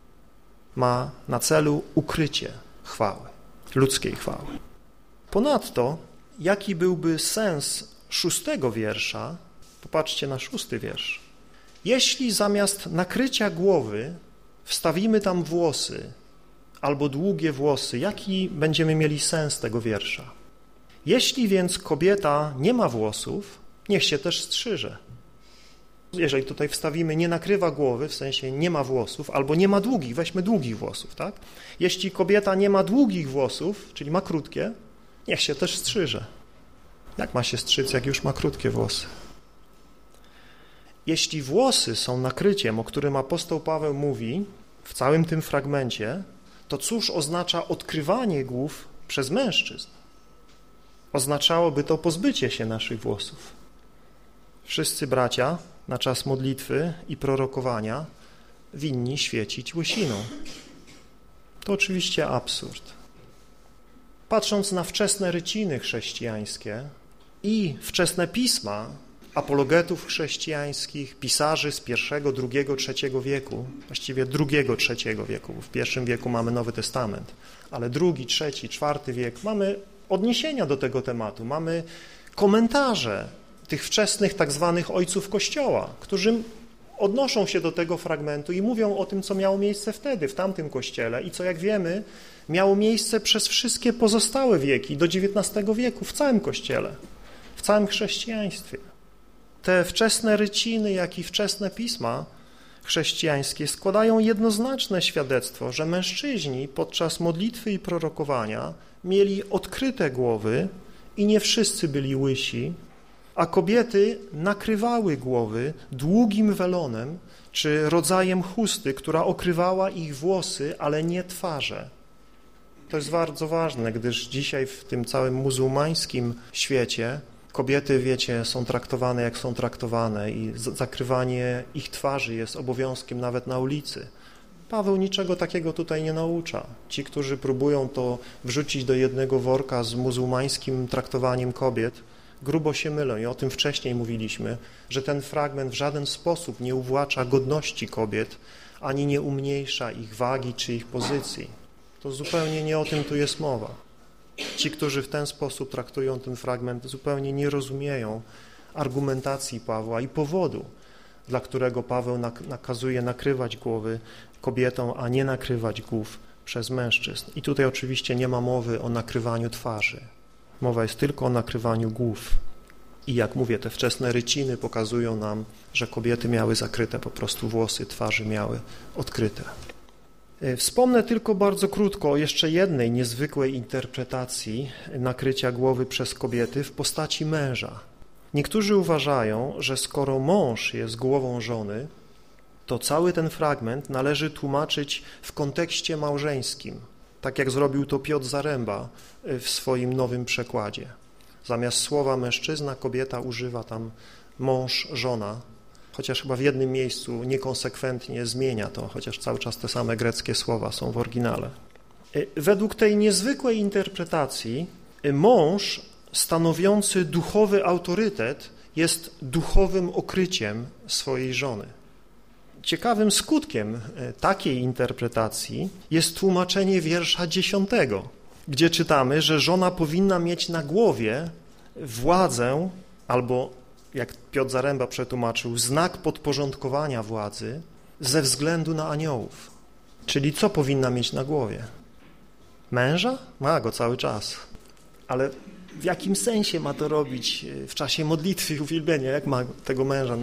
Speaker 1: Ma na celu ukrycie chwały, ludzkiej chwały. Ponadto, jaki byłby sens 6 wiersza? Popatrzcie na 6 wiersz. Jeśli zamiast nakrycia głowy wstawimy tam włosy albo długie włosy, jaki będziemy mieli sens tego wiersza? Jeśli więc kobieta nie ma włosów, niech się też strzyże. Jeżeli tutaj wstawimy nie nakrywa głowy, w sensie nie ma włosów, albo nie ma długich, weźmy długich włosów, tak? Jeśli kobieta nie ma długich włosów, czyli ma krótkie, niech się też strzyże. Jak ma się strzyc, jak już ma krótkie włosy? Jeśli włosy są nakryciem, o którym apostoł Paweł mówi w całym tym fragmencie, to cóż oznacza odkrywanie głów przez mężczyzn? Oznaczałoby to pozbycie się naszych włosów. Wszyscy bracia na czas modlitwy i prorokowania winni świecić łysiną. To oczywiście absurd. Patrząc na wczesne ryciny chrześcijańskie i wczesne pisma apologetów chrześcijańskich, pisarzy z I, II, III wieku, właściwie II, III wieku, w I wieku mamy Nowy Testament, ale II, III, IV wiek, mamy odniesienia do tego tematu, mamy komentarze tych wczesnych tak zwanych ojców Kościoła, którzy odnoszą się do tego fragmentu i mówią o tym, co miało miejsce wtedy, w tamtym Kościele i co, jak wiemy, miało miejsce przez wszystkie pozostałe wieki, do XIX wieku, w całym Kościele, w całym chrześcijaństwie. Te wczesne ryciny, jak i wczesne pisma chrześcijańskie składają jednoznaczne świadectwo, że mężczyźni podczas modlitwy i prorokowania mieli odkryte głowy i nie wszyscy byli łysi, a kobiety nakrywały głowy długim welonem czy rodzajem chusty, która okrywała ich włosy, ale nie twarze. To jest bardzo ważne, gdyż dzisiaj w tym całym muzułmańskim świecie kobiety, wiecie, są traktowane jak są traktowane i zakrywanie ich twarzy jest obowiązkiem nawet na ulicy. Paweł niczego takiego tutaj nie naucza. Ci, którzy próbują to wrzucić do jednego worka z muzułmańskim traktowaniem kobiet, grubo się mylą i o tym wcześniej mówiliśmy, że ten fragment w żaden sposób nie uwłacza godności kobiet, ani nie umniejsza ich wagi czy ich pozycji. To zupełnie nie o tym tu jest mowa. Ci, którzy w ten sposób traktują ten fragment, zupełnie nie rozumieją argumentacji Pawła i powodu, dla którego Paweł nakazuje nakrywać głowy kobietom, a nie nakrywać głów przez mężczyzn. I tutaj oczywiście nie ma mowy o nakrywaniu twarzy. Mowa jest tylko o nakrywaniu głów. I jak mówię, te wczesne ryciny pokazują nam, że kobiety miały zakryte po prostu włosy, twarzy miały odkryte. Wspomnę tylko bardzo krótko o jeszcze jednej niezwykłej interpretacji nakrycia głowy przez kobiety w postaci męża. Niektórzy uważają, że skoro mąż jest głową żony, to cały ten fragment należy tłumaczyć w kontekście małżeńskim, tak jak zrobił to Piotr Zaręba w swoim nowym przekładzie. Zamiast słowa mężczyzna, kobieta używa tam mąż, żona, chociaż chyba w jednym miejscu niekonsekwentnie zmienia to, chociaż cały czas te same greckie słowa są w oryginale. Według tej niezwykłej interpretacji mąż stanowiący duchowy autorytet jest duchowym okryciem swojej żony. Ciekawym skutkiem takiej interpretacji jest tłumaczenie wiersza 10, gdzie czytamy, że żona powinna mieć na głowie władzę albo, jak Piotr Zaręba przetłumaczył, znak podporządkowania władzy ze względu na aniołów. Czyli co powinna mieć na głowie? Męża? Ma go cały czas. Ale w jakim sensie ma to robić w czasie modlitwy i uwielbienia? Jak ma tego męża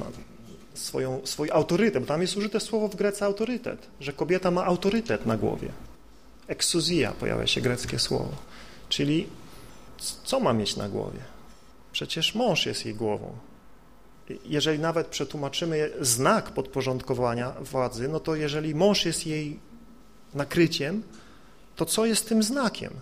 Speaker 1: swój autorytet? Bo tam jest użyte słowo w Grece autorytet, że kobieta ma autorytet na głowie. Exousia pojawia się greckie słowo. Czyli co ma mieć na głowie? Przecież mąż jest jej głową. Jeżeli nawet przetłumaczymy znak podporządkowania władzy, no to jeżeli mąż jest jej nakryciem, to co jest tym znakiem?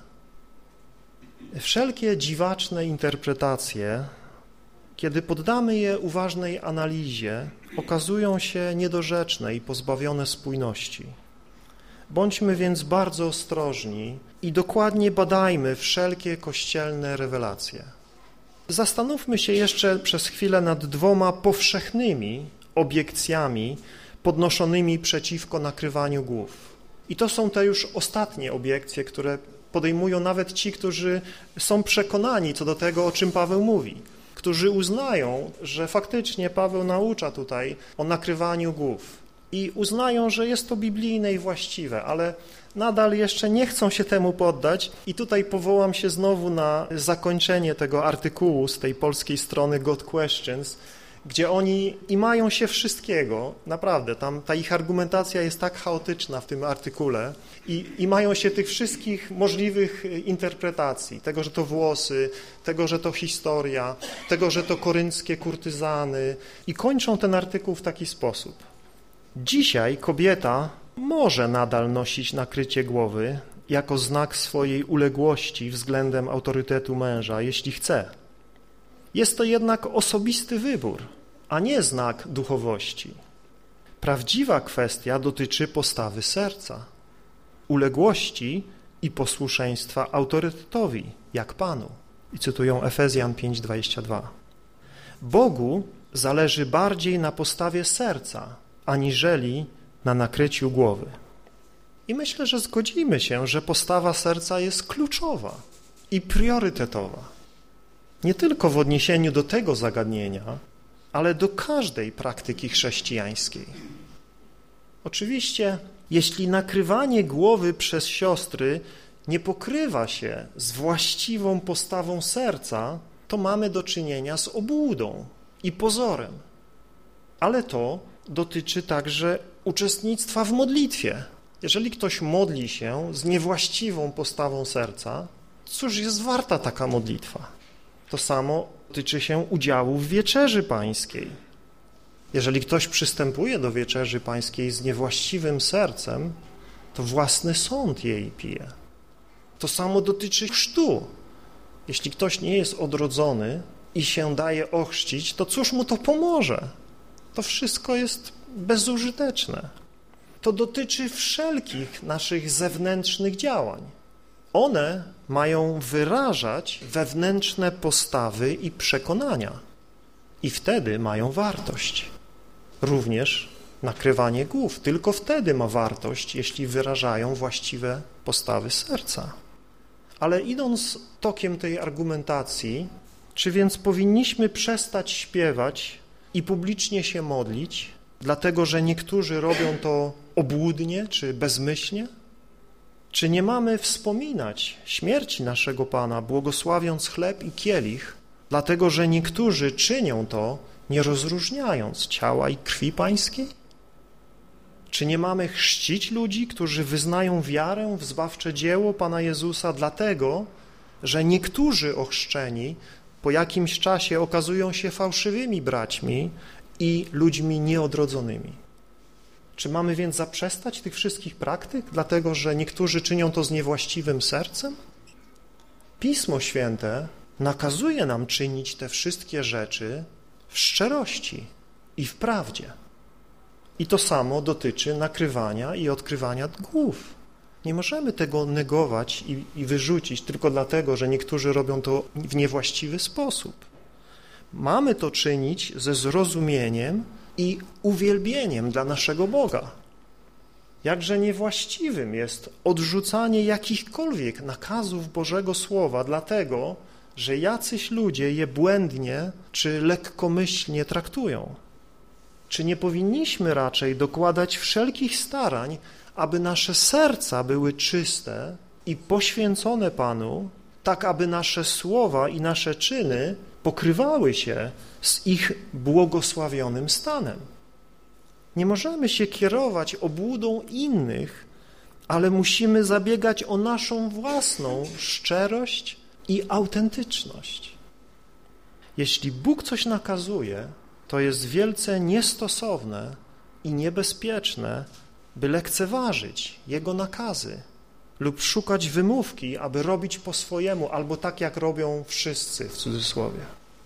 Speaker 1: Wszelkie dziwaczne interpretacje, kiedy poddamy je uważnej analizie, okazują się niedorzeczne i pozbawione spójności. Bądźmy więc bardzo ostrożni i dokładnie badajmy wszelkie kościelne rewelacje. Zastanówmy się jeszcze przez chwilę nad dwoma powszechnymi obiekcjami podnoszonymi przeciwko nakrywaniu głów. I to są te już ostatnie obiekcje, które podejmują nawet ci, którzy są przekonani co do tego, o czym Paweł mówi, którzy uznają, że faktycznie Paweł naucza tutaj o nakrywaniu głów i uznają, że jest to biblijne i właściwe, ale nadal jeszcze nie chcą się temu poddać i tutaj powołam się znowu na zakończenie tego artykułu z tej polskiej strony God Questions, gdzie oni mają się wszystkiego, naprawdę, tam ta ich argumentacja jest tak chaotyczna w tym artykule i mają się tych wszystkich możliwych interpretacji, tego, że to włosy, tego, że to historia, tego, że to korynckie kurtyzany i kończą ten artykuł w taki sposób. Dzisiaj kobieta może nadal nosić nakrycie głowy jako znak swojej uległości względem autorytetu męża, jeśli chce. Jest to jednak osobisty wybór, a nie znak duchowości. Prawdziwa kwestia dotyczy postawy serca, uległości i posłuszeństwa autorytetowi, jak Panu. I cytują Efezjan 5:22. Bogu zależy bardziej na postawie serca, aniżeli na nakryciu głowy. I myślę, że zgodzimy się, że postawa serca jest kluczowa i priorytetowa. Nie tylko w odniesieniu do tego zagadnienia, ale do każdej praktyki chrześcijańskiej. Oczywiście, jeśli nakrywanie głowy przez siostry nie pokrywa się z właściwą postawą serca, to mamy do czynienia z obłudą i pozorem. Ale to dotyczy także uczestnictwa w modlitwie. Jeżeli ktoś modli się z niewłaściwą postawą serca, cóż jest warta taka modlitwa? To samo tyczy się udziału w wieczerzy pańskiej. Jeżeli ktoś przystępuje do wieczerzy pańskiej z niewłaściwym sercem, to własny sąd jej pije. To samo dotyczy chrztu. Jeśli ktoś nie jest odrodzony i się daje ochrzcić, to cóż mu to pomoże? To wszystko jest bezużyteczne. To dotyczy wszelkich naszych zewnętrznych działań. One mają wyrażać wewnętrzne postawy i przekonania i wtedy mają wartość. Również nakrywanie głów tylko wtedy ma wartość, jeśli wyrażają właściwe postawy serca. Ale idąc tokiem tej argumentacji, czy więc powinniśmy przestać śpiewać i publicznie się modlić, dlatego że niektórzy robią to obłudnie czy bezmyślnie? Czy nie mamy wspominać śmierci naszego Pana, błogosławiąc chleb i kielich, dlatego że niektórzy czynią to, nie rozróżniając ciała i krwi Pańskiej? Czy nie mamy chrzcić ludzi, którzy wyznają wiarę w zbawcze dzieło Pana Jezusa, dlatego że niektórzy ochrzczeni po jakimś czasie okazują się fałszywymi braćmi i ludźmi nieodrodzonymi? Czy mamy więc zaprzestać tych wszystkich praktyk, dlatego że niektórzy czynią to z niewłaściwym sercem? Pismo Święte nakazuje nam czynić te wszystkie rzeczy w szczerości i w prawdzie. I to samo dotyczy nakrywania i odkrywania głów. Nie możemy tego negować i wyrzucić tylko dlatego, że niektórzy robią to w niewłaściwy sposób. Mamy to czynić ze zrozumieniem i uwielbieniem dla naszego Boga. Jakże niewłaściwym jest odrzucanie jakichkolwiek nakazów Bożego Słowa, dlatego, że jacyś ludzie je błędnie czy lekkomyślnie traktują. Czy nie powinniśmy raczej dokładać wszelkich starań, aby nasze serca były czyste i poświęcone Panu, tak aby nasze słowa i nasze czyny pokrywały się z ich błogosławionym stanem? Nie możemy się kierować obłudą innych, ale musimy zabiegać o naszą własną szczerość i autentyczność. Jeśli Bóg coś nakazuje, to jest wielce niestosowne i niebezpieczne, by lekceważyć Jego nakazy lub szukać wymówki, aby robić po swojemu albo tak, jak robią wszyscy, w cudzysłowie.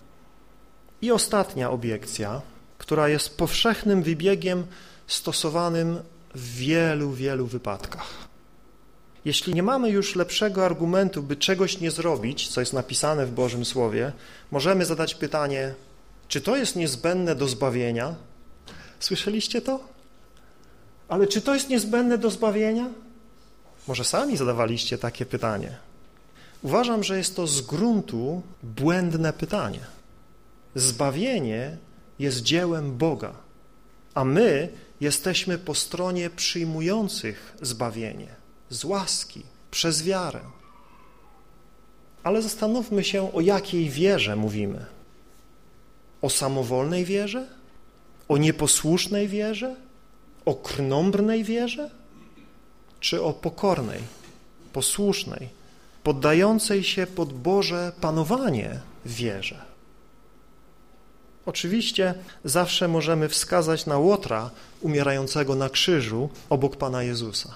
Speaker 1: I ostatnia obiekcja, która jest powszechnym wybiegiem stosowanym w wielu wypadkach. Jeśli nie mamy już lepszego argumentu, by czegoś nie zrobić, co jest napisane w Bożym Słowie, możemy zadać pytanie, czy to jest niezbędne do zbawienia? Słyszeliście to? Ale czy to jest niezbędne do zbawienia? Może sami zadawaliście takie pytanie. Uważam, że jest to z gruntu błędne pytanie. Zbawienie jest dziełem Boga, a my jesteśmy po stronie przyjmujących zbawienie, z łaski, przez wiarę. Ale zastanówmy się, o jakiej wierze mówimy. O samowolnej wierze? O nieposłusznej wierze? O krnąbrnej wierze? Czy o pokornej, posłusznej, poddającej się pod Boże panowanie wierze? Oczywiście zawsze możemy wskazać na Łotra umierającego na krzyżu obok Pana Jezusa.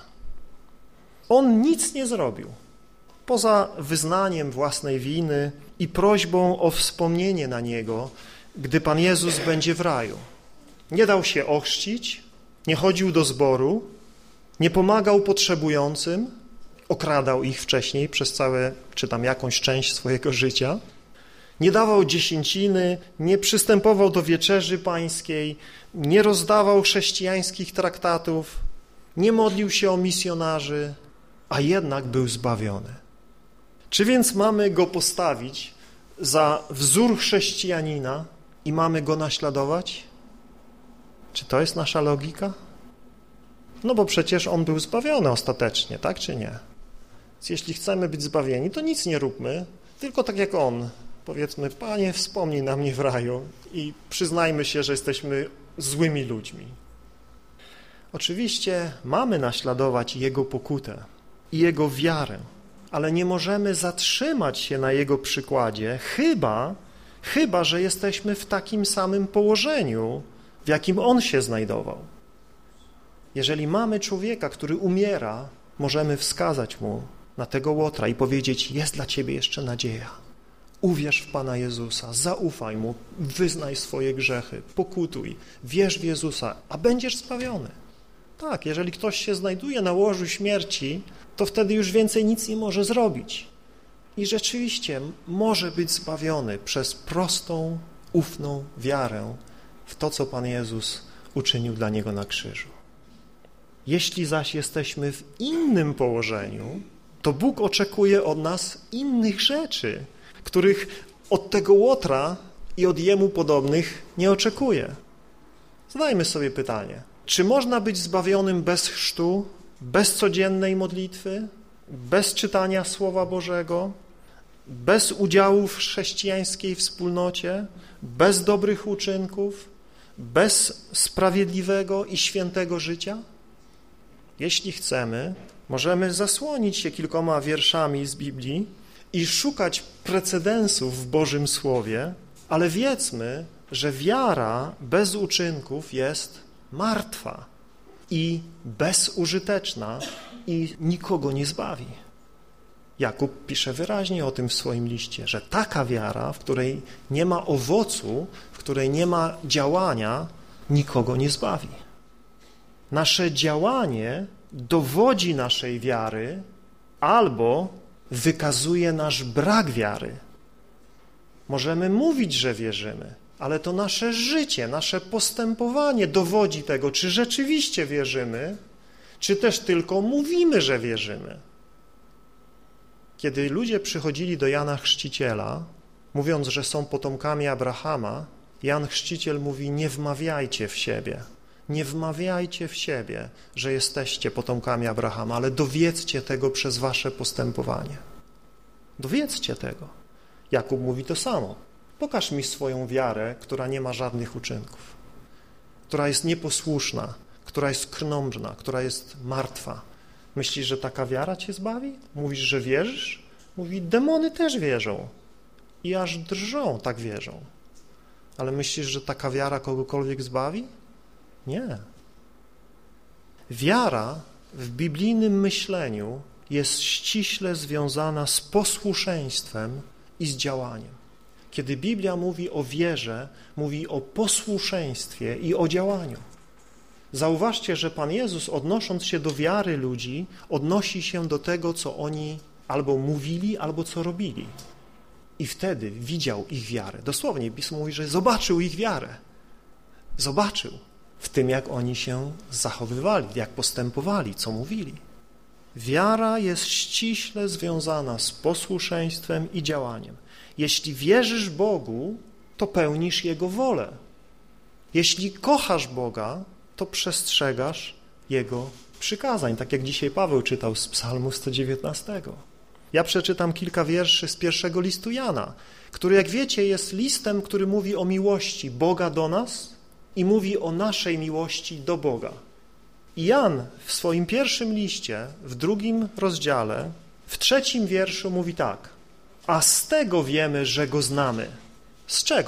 Speaker 1: On nic nie zrobił, poza wyznaniem własnej winy i prośbą o wspomnienie na niego, gdy Pan Jezus będzie w raju. Nie dał się ochrzcić, nie chodził do zboru, nie pomagał potrzebującym, okradał ich wcześniej przez całe, czy tam jakąś część swojego życia, nie dawał dziesięciny, nie przystępował do wieczerzy pańskiej, nie rozdawał chrześcijańskich traktatów, nie modlił się o misjonarzy, a jednak był zbawiony. Czy więc mamy go postawić za wzór chrześcijanina i mamy go naśladować? Czy to jest nasza logika? No bo przecież on był zbawiony ostatecznie, tak czy nie? Więc jeśli chcemy być zbawieni, to nic nie róbmy, tylko tak jak on. Powiedzmy, Panie, wspomnij na mnie w raju i przyznajmy się, że jesteśmy złymi ludźmi. Oczywiście mamy naśladować Jego pokutę i Jego wiarę, ale nie możemy zatrzymać się na Jego przykładzie, chyba że jesteśmy w takim samym położeniu, w jakim On się znajdował. Jeżeli mamy człowieka, który umiera, możemy wskazać mu na tego Łotra i powiedzieć, jest dla ciebie jeszcze nadzieja. Uwierz w Pana Jezusa, zaufaj Mu, wyznaj swoje grzechy, pokutuj, wierz w Jezusa, a będziesz zbawiony. Tak, jeżeli ktoś się znajduje na łożu śmierci, to wtedy już więcej nic nie może zrobić. I rzeczywiście może być zbawiony przez prostą, ufną wiarę w to, co Pan Jezus uczynił dla niego na krzyżu. Jeśli zaś jesteśmy w innym położeniu, to Bóg oczekuje od nas innych rzeczy, których od tego Łotra i od jemu podobnych nie oczekuje. Zadajmy sobie pytanie, czy można być zbawionym bez chrztu, bez codziennej modlitwy, bez czytania Słowa Bożego, bez udziału w chrześcijańskiej wspólnocie, bez dobrych uczynków, bez sprawiedliwego i świętego życia? Jeśli chcemy, możemy zasłonić się kilkoma wierszami z Biblii i szukać precedensów w Bożym Słowie, ale wiedzmy, że wiara bez uczynków jest martwa i bezużyteczna i nikogo nie zbawi. Jakub pisze wyraźnie o tym w swoim liście, że taka wiara, w której nie ma owocu, w której nie ma działania, nikogo nie zbawi. Nasze działanie dowodzi naszej wiary albo wykazuje nasz brak wiary. Możemy mówić, że wierzymy, ale to nasze życie, nasze postępowanie dowodzi tego, czy rzeczywiście wierzymy, czy też tylko mówimy, że wierzymy. Kiedy ludzie przychodzili do Jana Chrzciciela, mówiąc, że są potomkami Abrahama, Jan Chrzciciel mówi, nie wmawiajcie w siebie. Nie wmawiajcie w siebie, że jesteście potomkami Abrahama, ale dowiedzcie tego przez wasze postępowanie. Dowiedzcie tego. Jakub mówi to samo. Pokaż mi swoją wiarę, która nie ma żadnych uczynków, która jest nieposłuszna, która jest krnąbrna, która jest martwa. Myślisz, że taka wiara cię zbawi? Mówisz, że wierzysz? Mówi, demony też wierzą i aż drżą, tak wierzą. Ale myślisz, że taka wiara kogokolwiek zbawi? Nie. Wiara w biblijnym myśleniu jest ściśle związana z posłuszeństwem i z działaniem. Kiedy Biblia mówi o wierze, mówi o posłuszeństwie i o działaniu. Zauważcie, że Pan Jezus, odnosząc się do wiary ludzi, odnosi się do tego, co oni albo mówili, albo co robili. I wtedy widział ich wiarę. Dosłownie Pismo mówi, że zobaczył ich wiarę. Zobaczył w tym, jak oni się zachowywali, jak postępowali, co mówili. Wiara jest ściśle związana z posłuszeństwem i działaniem. Jeśli wierzysz Bogu, to pełnisz Jego wolę. Jeśli kochasz Boga, to przestrzegasz Jego przykazań, tak jak dzisiaj Paweł czytał z Psalmu 119. Ja przeczytam kilka wierszy z pierwszego listu Jana, który, jak wiecie, jest listem, który mówi o miłości Boga do nas i mówi o naszej miłości do Boga. I Jan w swoim pierwszym liście, w 2 rozdziale, w 3 wierszu mówi tak: a z tego wiemy, że Go znamy. Z czego?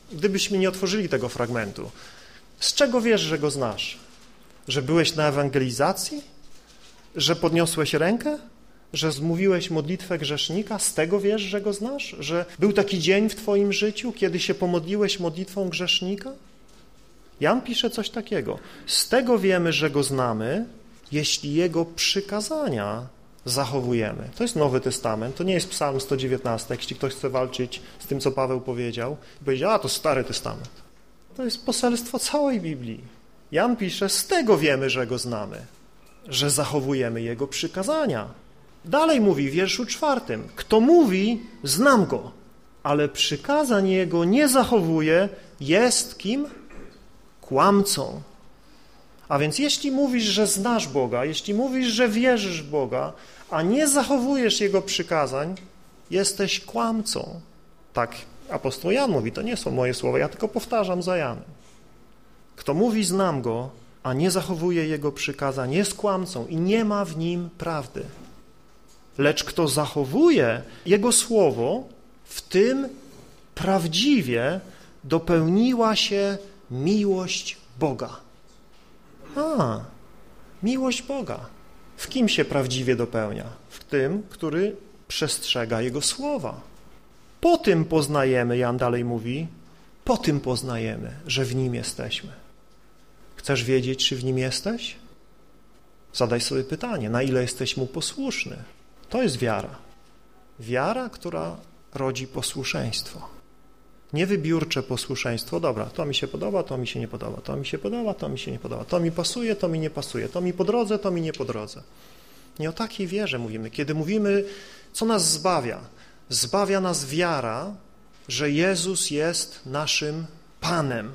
Speaker 1: gdybyśmy nie otworzyli tego fragmentu. Z czego wiesz, że Go znasz? Że byłeś na ewangelizacji? Że podniosłeś rękę? Że zmówiłeś modlitwę grzesznika? Z tego wiesz, że Go znasz? Że był taki dzień w twoim życiu, kiedy się pomodliłeś modlitwą grzesznika? Jan pisze coś takiego. Z tego wiemy, że Go znamy, jeśli Jego przykazania zachowujemy. To jest Nowy Testament, to nie jest Psalm 119, jeśli ktoś chce walczyć z tym, co Paweł powiedział, i powiedział, to Stary Testament. To jest poselstwo całej Biblii. Jan pisze, z tego wiemy, że Go znamy, że zachowujemy Jego przykazania. Dalej mówi w wierszu 4, kto mówi, znam Go, ale przykazań Jego nie zachowuje, jest kim? Kłamcą. A więc jeśli mówisz, że znasz Boga, jeśli mówisz, że wierzysz w Boga, a nie zachowujesz Jego przykazań, jesteś kłamcą. Tak apostoł Jan mówi, to nie są moje słowa, ja tylko powtarzam za Janem. Kto mówi, znam Go, a nie zachowuje Jego przykazań, jest kłamcą i nie ma w nim prawdy. Lecz kto zachowuje Jego słowo, w tym prawdziwie dopełniła się miłość Boga. Miłość Boga. W kim się prawdziwie dopełnia? W tym, który przestrzega Jego słowa. Po tym poznajemy, Jan dalej mówi, po tym poznajemy, że w Nim jesteśmy. Chcesz wiedzieć, czy w Nim jesteś? Zadaj sobie pytanie, na ile jesteś Mu posłuszny. To jest wiara. Wiara, która rodzi posłuszeństwo. Niewybiórcze posłuszeństwo, dobra, to mi się podoba, to mi się nie podoba, to mi się podoba, to mi się nie podoba, to mi pasuje, to mi nie pasuje, to mi po drodze, to mi nie po drodze. Nie o takiej wierze mówimy. Kiedy mówimy, co nas zbawia? Zbawia nas wiara, że Jezus jest naszym Panem.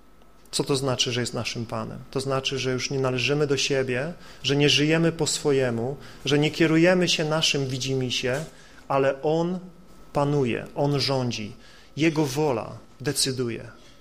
Speaker 1: Co to znaczy, że jest naszym Panem? To znaczy, że już nie należymy do siebie, że nie żyjemy po swojemu, że nie kierujemy się naszym widzimisię, ale On panuje, On rządzi. Jego wola decyduje.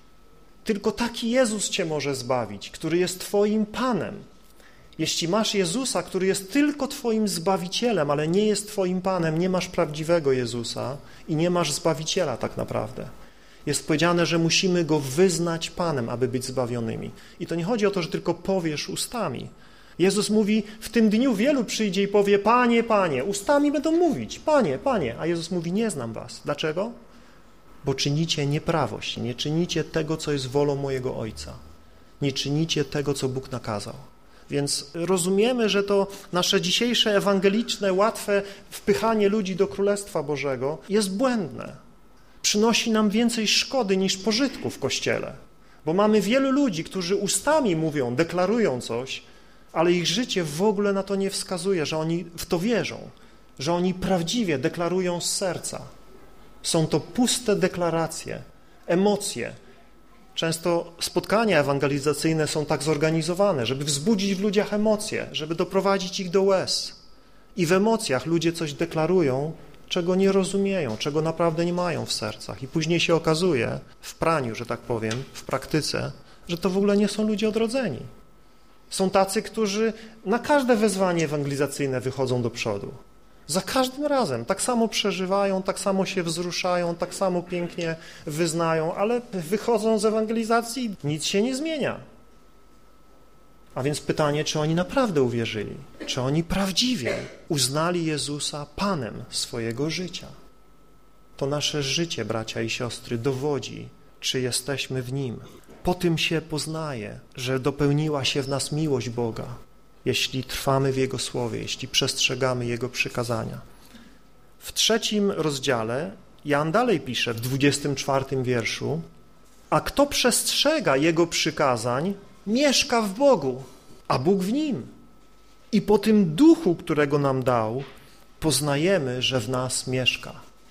Speaker 1: Tylko taki Jezus cię może zbawić, który jest twoim Panem. Jeśli masz Jezusa, który jest tylko twoim Zbawicielem, ale nie jest twoim Panem, nie masz prawdziwego Jezusa i nie masz Zbawiciela tak naprawdę. Jest powiedziane, że musimy Go wyznać Panem, aby być zbawionymi. I to nie chodzi o to, że tylko powiesz ustami. Jezus mówi, w tym dniu wielu przyjdzie i powie, Panie, Panie, ustami będą mówić, Panie, Panie. A Jezus mówi, nie znam was. Dlaczego? Bo czynicie nieprawość, nie czynicie tego, co jest wolą mojego Ojca. Nie czynicie tego, co Bóg nakazał. Więc rozumiemy, że to nasze dzisiejsze ewangeliczne, łatwe wpychanie ludzi do Królestwa Bożego jest błędne. Przynosi nam więcej szkody niż pożytku w Kościele. Bo mamy wielu ludzi, którzy ustami mówią, deklarują coś, ale ich życie w ogóle na to nie wskazuje, że oni w to wierzą, że oni prawdziwie deklarują z serca. Są to puste deklaracje, emocje. Często spotkania ewangelizacyjne są tak zorganizowane, żeby wzbudzić w ludziach emocje, żeby doprowadzić ich do łez. I w emocjach ludzie coś deklarują, czego nie rozumieją, czego naprawdę nie mają w sercach. I później się okazuje, w praniu, że tak powiem, w praktyce, że to w ogóle nie są ludzie odrodzeni. Są tacy, którzy na każde wezwanie ewangelizacyjne wychodzą do przodu. Za każdym razem tak samo przeżywają, tak samo się wzruszają, tak samo pięknie wyznają, ale wychodzą z ewangelizacji, nic się nie zmienia. A więc pytanie, czy oni naprawdę uwierzyli? Czy oni prawdziwie uznali Jezusa Panem swojego życia? To nasze życie, bracia i siostry, dowodzi, czy jesteśmy w Nim. Po tym się poznaje, że dopełniła się w nas miłość Boga, jeśli trwamy w Jego Słowie, jeśli przestrzegamy Jego przykazania. W 3 rozdziale Jan dalej pisze, w 24 wierszu, a kto przestrzega Jego przykazań, mieszka w Bogu, a Bóg w nim. I po tym duchu, którego nam dał, poznajemy, że w nas mieszka.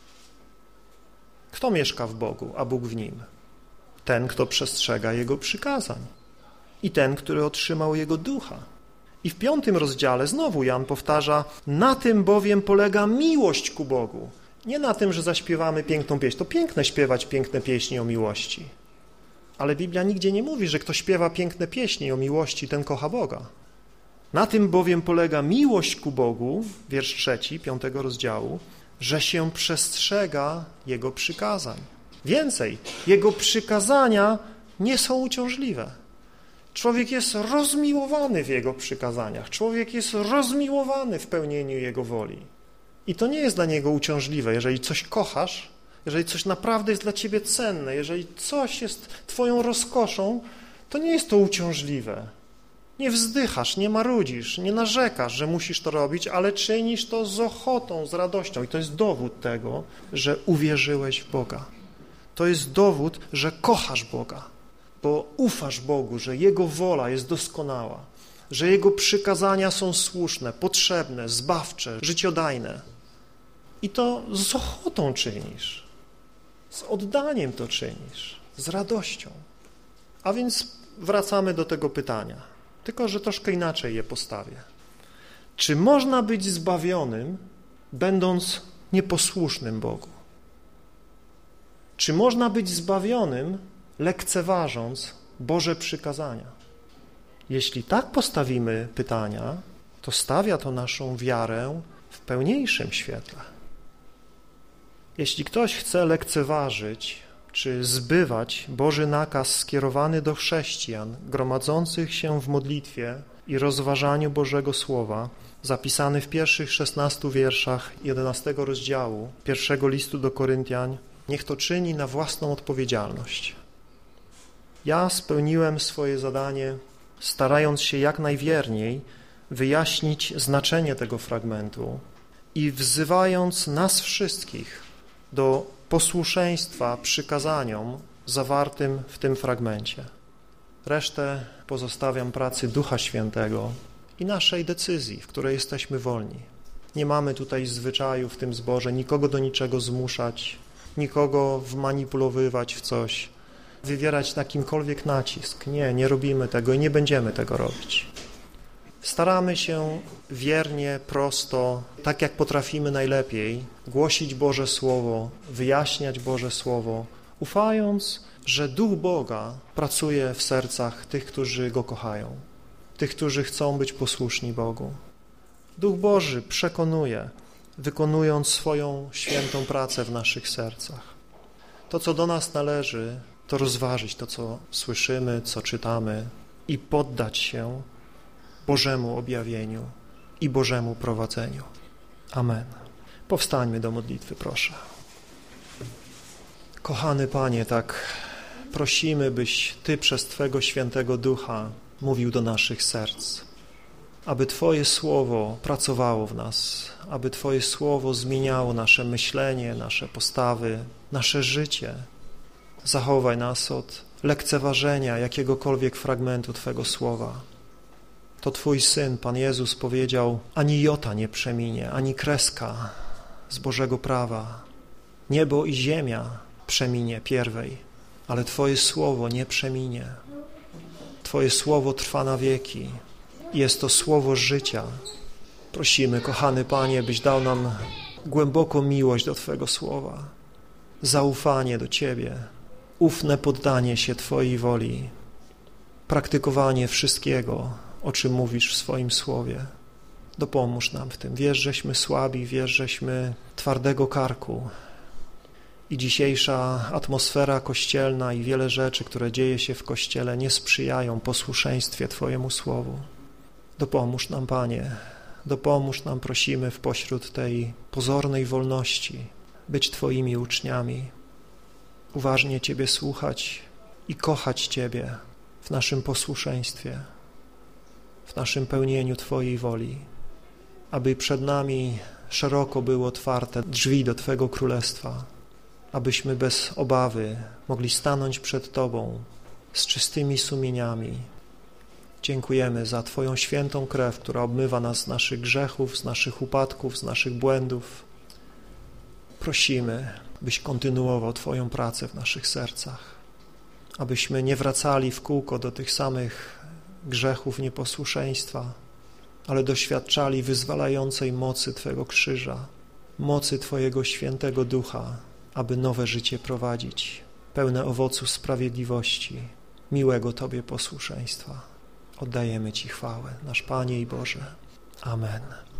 Speaker 1: Kto mieszka w Bogu, a Bóg w nim? Ten, kto przestrzega Jego przykazań i ten, który otrzymał Jego ducha. I w 5 rozdziale znowu Jan powtarza, na tym bowiem polega miłość ku Bogu. Nie na tym, że zaśpiewamy piękną pieśń. To piękne śpiewać piękne pieśni o miłości. Ale Biblia nigdzie nie mówi, że kto śpiewa piękne pieśni o miłości, ten kocha Boga. Na tym bowiem polega miłość ku Bogu, wiersz 3, 5 rozdziału, że się przestrzega Jego przykazań. Więcej, Jego przykazania nie są uciążliwe. Człowiek jest rozmiłowany w Jego przykazaniach. Człowiek jest rozmiłowany w pełnieniu Jego woli. I to nie jest dla Niego uciążliwe. Jeżeli coś kochasz, jeżeli coś naprawdę jest dla Ciebie cenne, jeżeli coś jest Twoją rozkoszą, to nie jest to uciążliwe. Nie wzdychasz, nie marudzisz, nie narzekasz, że musisz to robić, ale czynisz to z ochotą, z radością. I to jest dowód tego, że uwierzyłeś w Boga. To jest dowód, że kochasz Boga, bo ufasz Bogu, że Jego wola jest doskonała, że Jego przykazania są słuszne, potrzebne, zbawcze, życiodajne. I to z ochotą czynisz, z oddaniem to czynisz, z radością. A więc wracamy do tego pytania, tylko że troszkę inaczej je postawię. Czy można być zbawionym, będąc nieposłusznym Bogu? Czy można być zbawionym, lekceważąc Boże przykazania? Jeśli tak postawimy pytania, to stawia to naszą wiarę w pełniejszym świetle. Jeśli ktoś chce lekceważyć czy zbywać Boży nakaz skierowany do chrześcijan gromadzących się w modlitwie i rozważaniu Bożego Słowa, zapisany w pierwszych 16 wierszach 11 rozdziału pierwszego listu do Koryntian, niech to czyni na własną odpowiedzialność. Ja spełniłem swoje zadanie, starając się jak najwierniej wyjaśnić znaczenie tego fragmentu i wzywając nas wszystkich do posłuszeństwa przykazaniom zawartym w tym fragmencie. Resztę pozostawiam pracy Ducha Świętego i naszej decyzji, w której jesteśmy wolni. Nie mamy tutaj zwyczaju w tym zborze nikogo do niczego zmuszać, nikogo wmanipulowywać w coś, wywierać na kimkolwiek nacisk. Nie robimy tego i nie będziemy tego robić. Staramy się wiernie, prosto, tak jak potrafimy najlepiej, głosić Boże Słowo, wyjaśniać Boże Słowo, ufając, że Duch Boga pracuje w sercach tych, którzy Go kochają, tych, którzy chcą być posłuszni Bogu. Duch Boży przekonuje, wykonując swoją świętą pracę w naszych sercach. To, co do nas należy, to rozważyć to, co słyszymy, co czytamy i poddać się Bożemu objawieniu i Bożemu prowadzeniu. Amen. Powstańmy do modlitwy, proszę. Kochany Panie, tak prosimy, byś Ty przez Twego Świętego Ducha mówił do naszych serc, aby Twoje Słowo pracowało w nas, aby Twoje Słowo zmieniało nasze myślenie, nasze postawy, nasze życie. Zachowaj nas od lekceważenia jakiegokolwiek fragmentu Twego Słowa. To Twój Syn, Pan Jezus, powiedział, ani jota nie przeminie, ani kreska z Bożego prawa. Niebo i ziemia przeminie pierwej, ale Twoje Słowo nie przeminie. Twoje Słowo trwa na wieki. Jest to Słowo życia. Prosimy, kochany Panie, byś dał nam głęboką miłość do Twojego Słowa, zaufanie do Ciebie, ufne poddanie się Twojej woli, praktykowanie wszystkiego, o czym mówisz w swoim Słowie. Dopomóż nam w tym. Wiesz, żeśmy słabi, wiesz, żeśmy twardego karku. I dzisiejsza atmosfera kościelna i wiele rzeczy, które dzieje się w Kościele, nie sprzyjają posłuszeństwie Twojemu Słowu. Dopomóż nam, Panie, dopomóż nam, prosimy, w pośród tej pozornej wolności być Twoimi uczniami, uważnie Ciebie słuchać i kochać Ciebie w naszym posłuszeństwie, w naszym pełnieniu Twojej woli, aby przed nami szeroko były otwarte drzwi do Twego Królestwa, abyśmy bez obawy mogli stanąć przed Tobą z czystymi sumieniami. Dziękujemy za Twoją świętą krew, która obmywa nas z naszych grzechów, z naszych upadków, z naszych błędów. Prosimy, byś kontynuował Twoją pracę w naszych sercach, abyśmy nie wracali w kółko do tych samych grzechów nieposłuszeństwa, ale doświadczali wyzwalającej mocy Twego krzyża, mocy Twojego świętego Ducha, aby nowe życie prowadzić, pełne owoców sprawiedliwości, miłego Tobie posłuszeństwa. Oddajemy Ci chwałę, nasz Panie i Boże. Amen.